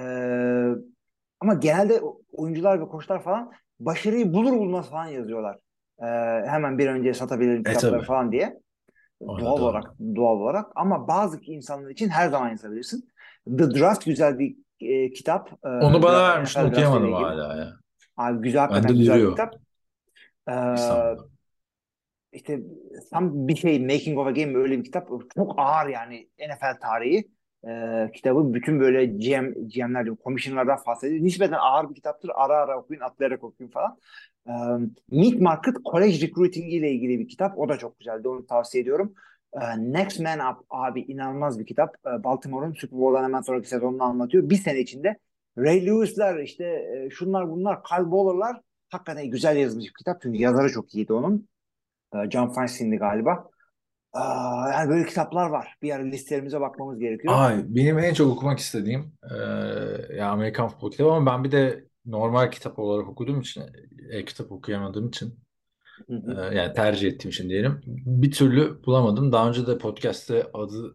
ama genelde oyuncular ve koçlar falan başarıyı bulur bulmaz falan yazıyorlar. Ee, hemen bir an önce satabilirim E kitapları tabii. falan diye. O da Doğal doğru. olarak doğal olarak ama bazı insanlar için her zaman yazabilirsin. The Draft güzel bir e, kitap. E, Onu bana dra- vermiştin N F L draft ile okuyamadım ilgili. hala ya. Abi güzel Bende hakikaten güzel bir duruyor kitap. Ee, İstanbul'da. işte tam bir şey Making of a Game öyle bir kitap. Çok ağır yani N F L tarihi. Ee, kitabı bütün böyle G M, G M'ler diyor, komisyonlardan bahsediyor. Nispeten ağır bir kitaptır. Ara ara okuyun, atlayarak okuyun falan. Ee, Meat Market College Recruiting ile ilgili bir kitap. O da çok güzeldi. Onu tavsiye ediyorum. Ee, Next Man Up abi inanılmaz bir kitap. Ee, Baltimore'un Super Bowl'dan hemen sonraki sezonunu anlatıyor. Bir sene içinde Ray Lewis'ler işte e, şunlar bunlar, Kyle Bowler'lar hakikaten güzel yazılmış bir kitap. Çünkü yazarı çok iyiydi onun. Ee, John Feinstein'di galiba. Aa, yani böyle kitaplar var. Bir ara listelerimize bakmamız gerekiyor. Ay, benim en çok okumak istediğim e, ya Amerikan futbol kitabı ama ben bir de normal kitap olarak okuduğum için e-kitap okuyamadığım için Hı e, hı. yani tercih ettiğim için diyelim bir türlü bulamadım. Daha önce de podcast'te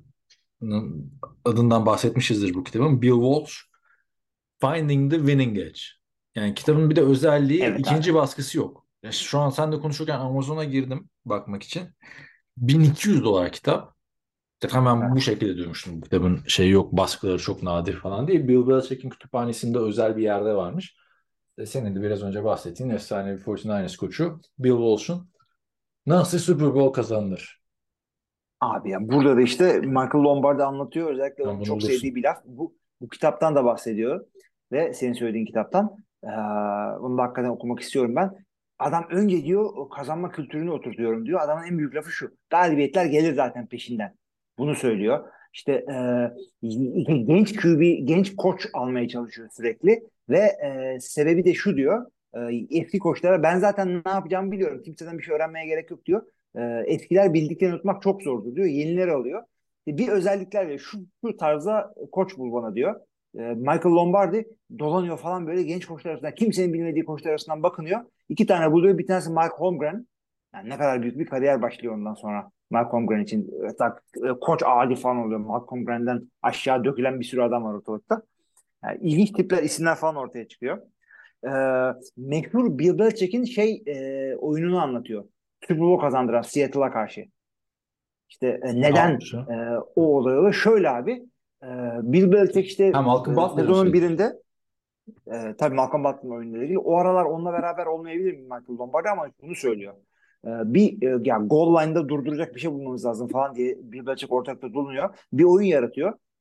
adının adından bahsetmişizdir bu kitabın. Bill Walsh Finding the Winning Edge. Yani kitabın bir de özelliği Evet abi. ikinci baskısı yok. Ya şu an sen de konuşurken Amazon'a girdim bakmak için. bin iki yüz dolar kitap. İşte hemen bu Evet. şekilde duymuştum. Bu kitabın şeyi yok, baskıları çok nadir falan değil. Bill Belichick'in kütüphanesinde özel bir yerde varmış. E, senin de biraz önce bahsettiğin efsane bir kırk dokuzlar koçu Bill Walsh'un nasıl Super Bowl kazanılır? Abi ya burada da işte Michael Lombardi anlatıyor. Özellikle Sen onun bunu çok sevdiği bulursun. bir laf. Bu, bu kitaptan da bahsediyor. Ve senin söylediğin kitaptan. Ee, Bunu da hakikaten okumak istiyorum ben. Adam önce diyor o kazanma kültürünü oturtuyorum diyor. Adamın en büyük lafı şu. Galibiyetler gelir zaten peşinden. Bunu söylüyor. İşte e, genç Q B, genç koç almaya çalışıyor sürekli. Ve e, sebebi de şu diyor. E, eski koçlara ben zaten ne yapacağımı biliyorum. Kimseden bir şey öğrenmeye gerek yok diyor. E, eskiler bildiklerini unutmak çok zordur diyor. Yenileri alıyor. E, bir özellikler ve şu, şu tarzda koç bul bana diyor. E, Michael Lombardi dolanıyor falan böyle genç koçlar arasından kimsenin bilmediği koçlar arasından bakınıyor. İki tane buluyor. Bir tanesi Mike Holmgren. Yani ne kadar büyük bir kariyer başlıyor ondan sonra. Mike Holmgren için. Hatta e, koç adi falan oluyor. Mike Holmgren'den aşağı dökülen bir sürü adam var ortalıkta. Yani ilginç tipler, isimler falan ortaya çıkıyor. E, Meşhur Bill Belichick'in şey e, oyununu anlatıyor. Super Bowl kazandıran Seattle'a karşı. İşte e, Ne neden yapmış ha? e, o olay oluyor? Şöyle abi. E, Bill Belichick işte Ha, Malcolm e, Butler'ın sezonun şeyi. birinde e, tabii Malcolm Butler'ın oyunuyla ilgili. O aralar onunla beraber olmayabilir mi Michael Lombardi ama bunu söylüyor. E, bir e, ya goal line'da durduracak bir şey bulmamız lazım falan diye Bill Belichick ortakta bulunuyor. Bir oyun yaratıyor.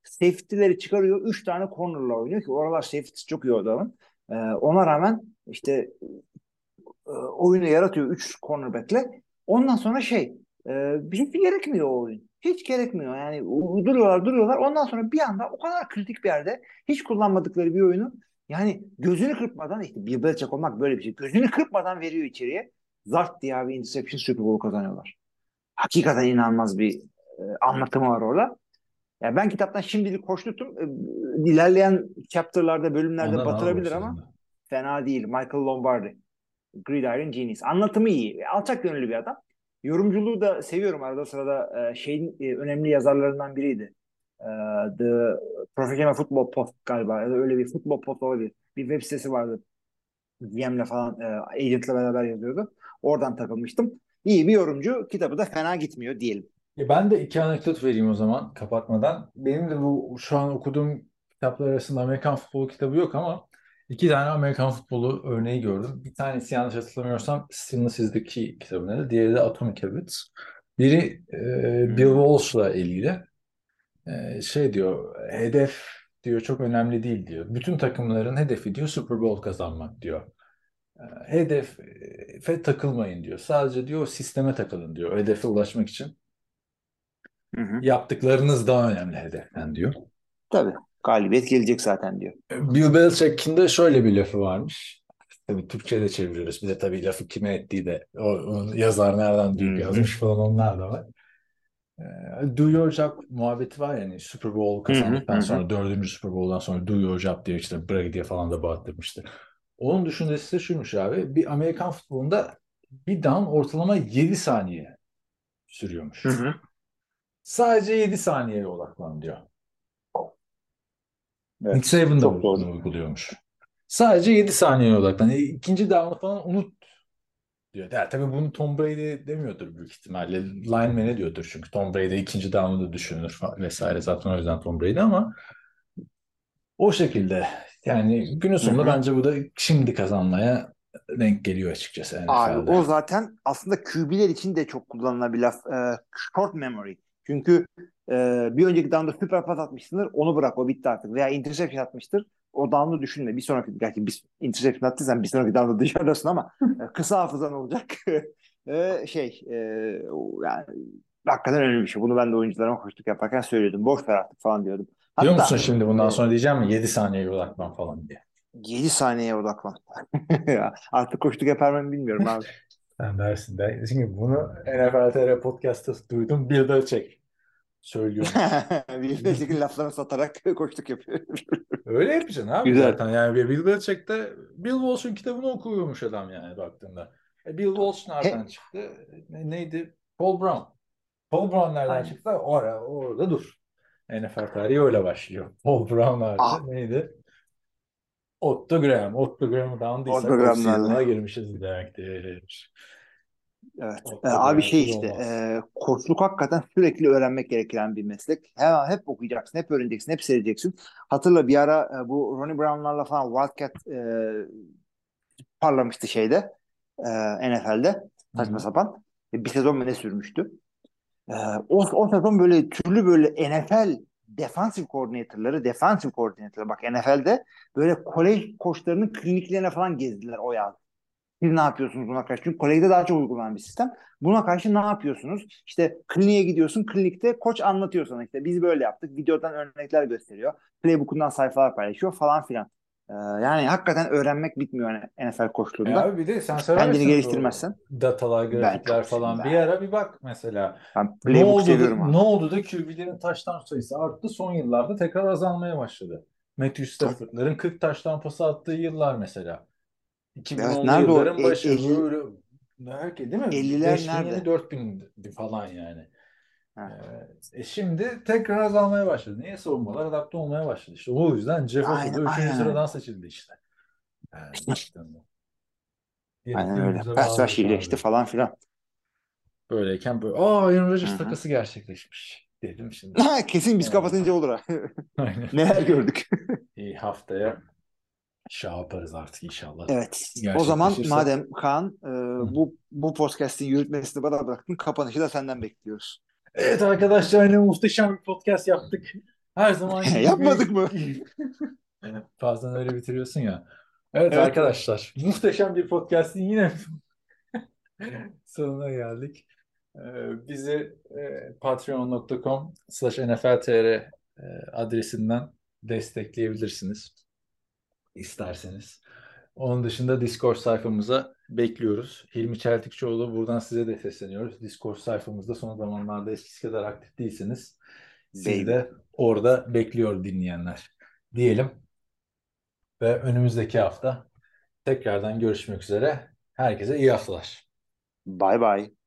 Safety'leri çıkarıyor. Üç tane corner'la oynuyor ki oralar safety'si çok iyi o adamın. Ee, ona rağmen işte e, oyunu yaratıyor üç cornerback'le. Ondan sonra şey e, hiç gerekmiyor o oyun. Hiç gerekmiyor. Yani u- duruyorlar duruyorlar. Ondan sonra bir anda o kadar kritik bir yerde hiç kullanmadıkları bir oyunu yani gözünü kırpmadan işte bir Belichick olmak böyle bir şey. Gözünü kırpmadan veriyor içeriye. Zart diye abi interception Super Bowl kazanıyorlar. Hakikaten inanılmaz bir e, anlatımı var orada. Yani ben kitaptan şimdilik hoşnutum. E, ilerleyen chapter'larda, bölümlerde Ondan abi batırabilir ama hoşlandım. fena değil. Michael Lombardi. Gridiron Genius. Anlatımı iyi. Alçak gönüllü bir adam. Yorumculuğu da seviyorum arada sırada. E, şeyin e, önemli yazarlarından biriydi. E, The Professional Football Post galiba. Ya da öyle bir futbol post olabilir. Bir web sitesi vardı. G M'le falan e, agent'la beraber yazıyordu. Oradan takılmıştım. İyi bir yorumcu. Kitabı da fena gitmiyor diyelim. E ben de iki anekdot vereyim o zaman kapatmadan. Benim de bu şu an okuduğum kitaplar arasında Amerikan futbolu kitabı yok ama iki tane Amerikan futbolu örneği gördüm. Bir tanesi yanlış hatırlamıyorsam Stillness is the Key kitabında. Diğeri de Atomic Habits. Biri e, Bill Hmm. Walsh'la ilgili. E, şey diyor, hedef diyor çok önemli değil diyor. Bütün takımların hedefi diyor Super Bowl kazanmak diyor. E, Hedefe takılmayın diyor. Sadece diyor sisteme takılın diyor. Hedefe ulaşmak için. Hı hı. Yaptıklarınız daha önemli hedeften diyor. Tabii. Galibiyet gelecek zaten diyor. Bill Belichick'in de şöyle bir lafı varmış. Tabii Türkçe'de çeviriyoruz. Bir de tabii lafı kime ettiği de o, o yazar nereden duyup Hı hı. yazmış falan onlar da var. Ee, Do Your Job muhabbeti var yani Super Bowl Hı hı. kazandıktan Hı hı. sonra dördüncü Super Bowl'dan sonra Do Your Job diye işte Brady'ye falan da bağırtmıştı. Onun düşüncesi de şuymuş abi. Bir Amerikan futbolunda bir down ortalama yedi saniye sürüyormuş. Hı hı. Sadece yedi saniyeye odaklan diyor. Nick Evet. Saban da Çok doğru. bunu uyguluyormuş. Sadece yedi saniyeye odaklan. E, İkinci down'ı falan unut diyor. Ya, tabii bunu Tom Brady demiyordur büyük ihtimalle. Lineman'e diyordur çünkü Tom Brady ikinci down'ı da düşünür falan vesaire. Zaten o yüzden Tom Brady ama o şekilde yani günün Hı sonunda hı. bence bu da şimdi kazanmaya denk geliyor açıkçası Abi N F L'de. o zaten aslında Q B'ler için de çok kullanılan bir laf. Ee, short memory. Çünkü e, bir önceki down'da süper pas atmışsındır. Onu bırak o bitti artık. Veya interception atmıştır. O down'u düşünme. Bir sonraki gerçi bir interception attıysan bir sonraki down'da dışarıdasın ama e, kısa hafızan olacak. e, şey e, o yani hakikaten önemli bir şey. Bunu ben de oyuncularıma koştuk yaparken söylüyordum. Boş ver artık falan diyordum. Diyor musun Hatta şimdi bundan e, sonra diyeceğim mi yedi saniyeye odaklan falan diye. yedi saniyeye odaklan. Artık koştuk yapar mı bilmiyorum abi. Sen dersin de. Çünkü bunu N F L T R Podcast'ta duydum. Bir de çek. Söylüyormuş. Birbirine laflarını satarak koştuk yapıyor. Öyle yapacaksın abi Güzel. zaten. Yani Bill Belichick'te Bill Walsh'un kitabını okuyormuş adam yani baktığında. E, Bill Walsh nereden He, çıktı? Ne- neydi? Paul Brown. Paul Brown nereden aynen. çıktı? Orada, orada dur. N F L tarihi öyle başlıyor. Paul Brown Ah, nerede? Neydi? Otto Graham. Otto Graham'ı da andıysak off-season'a ortogramlarla. girmişiz demektir. Evet. Ee, Otto abi şey Graham'sız işte olmaz. e, koçluk hakikaten sürekli öğrenmek gereken bir meslek. He, hep okuyacaksın, hep öğreneceksin, hep seyredeceksin. Hatırla bir ara e, bu Ronnie Brown'larla falan Wildcat e, parlamıştı şeyde e, N F L'de Hı saçma hı. sapan. E, bir sezon mu ne sürmüştü? E, o, o sezon böyle türlü böyle N F L defensive coordinator'ları, defensive coordinator'ları bak N F L'de böyle kolej koçlarının kliniklerine falan gezdiler o yaz. Siz ne yapıyorsunuz buna karşı? Çünkü kolejde daha çok uygulanan bir sistem. Buna karşı ne yapıyorsunuz? İşte kliniğe gidiyorsun. Klinikte koç anlatıyor sana işte biz böyle yaptık. Videodan örnekler gösteriyor. Playbook'undan sayfalar paylaşıyor falan filan. Ee, yani hakikaten öğrenmek bitmiyor N F L E koçluğunda. abi bir de sen Kendini seversin bu geliştirmezsen datalar, ben grafikler çok seviyorum. falan. Ben, Bir ara bir bak mesela. ben Ne playbook oldu da, seviyorum ne abi. oldu da Q B'lerin taştan sayısı arttı. Son yıllarda tekrar azalmaya başladı. Matthew Stafford'ların kırk taştan pası attığı yıllar mesela. Evet iki bin onlu nerede o yılların E- başı elli, böyle herkes değil mi? elliler beş bin yeni nerede? dört bin falan yani. Heh. Ee, e şimdi tekrar azalmaya başladı. Niye savunmalar adapte olmaya başladı işte. O yüzden Jeff Aynen, Okuda üçüncü aynen öyle. sıradan seçildi işte. Yani baktığında. Aynen Gerekli öyle. önümüze Pass bağladı rush iyileşti tarzı. falan filan. Böyleyken böyle aa Aaron Hı Rodgers hı. takası gerçekleşmiş dedim şimdi. Kesin biz Yani, kapatınca olur ha. aynen. Neler gördük. İyi haftaya şey yaparız artık inşallah. Evet. O zaman Gerçekleşirse. madem Kaan e, Hı. bu bu podcast'in yürütmesini bana bıraktın, kapanışı da senden bekliyoruz. Evet arkadaşlar yine muhteşem bir podcast yaptık. Her zamanki gibi. Yapmadık mı? Bazen öyle bitiriyorsun ya. Evet, Evet. arkadaşlar, muhteşem bir podcast'in yine sonuna geldik. Ee, bizi e, patreon nokta com slash nfltr e, adresinden destekleyebilirsiniz isterseniz. Onun dışında Discord sayfamıza bekliyoruz. Hilmi Çeltikçioğlu, buradan size de sesleniyoruz. Discord sayfamızda son zamanlarda eskisi kadar aktif değilsiniz. Siz Baby. de orada bekliyor dinleyenler diyelim. Ve önümüzdeki hafta tekrardan görüşmek üzere. Herkese iyi haftalar. Bye bye.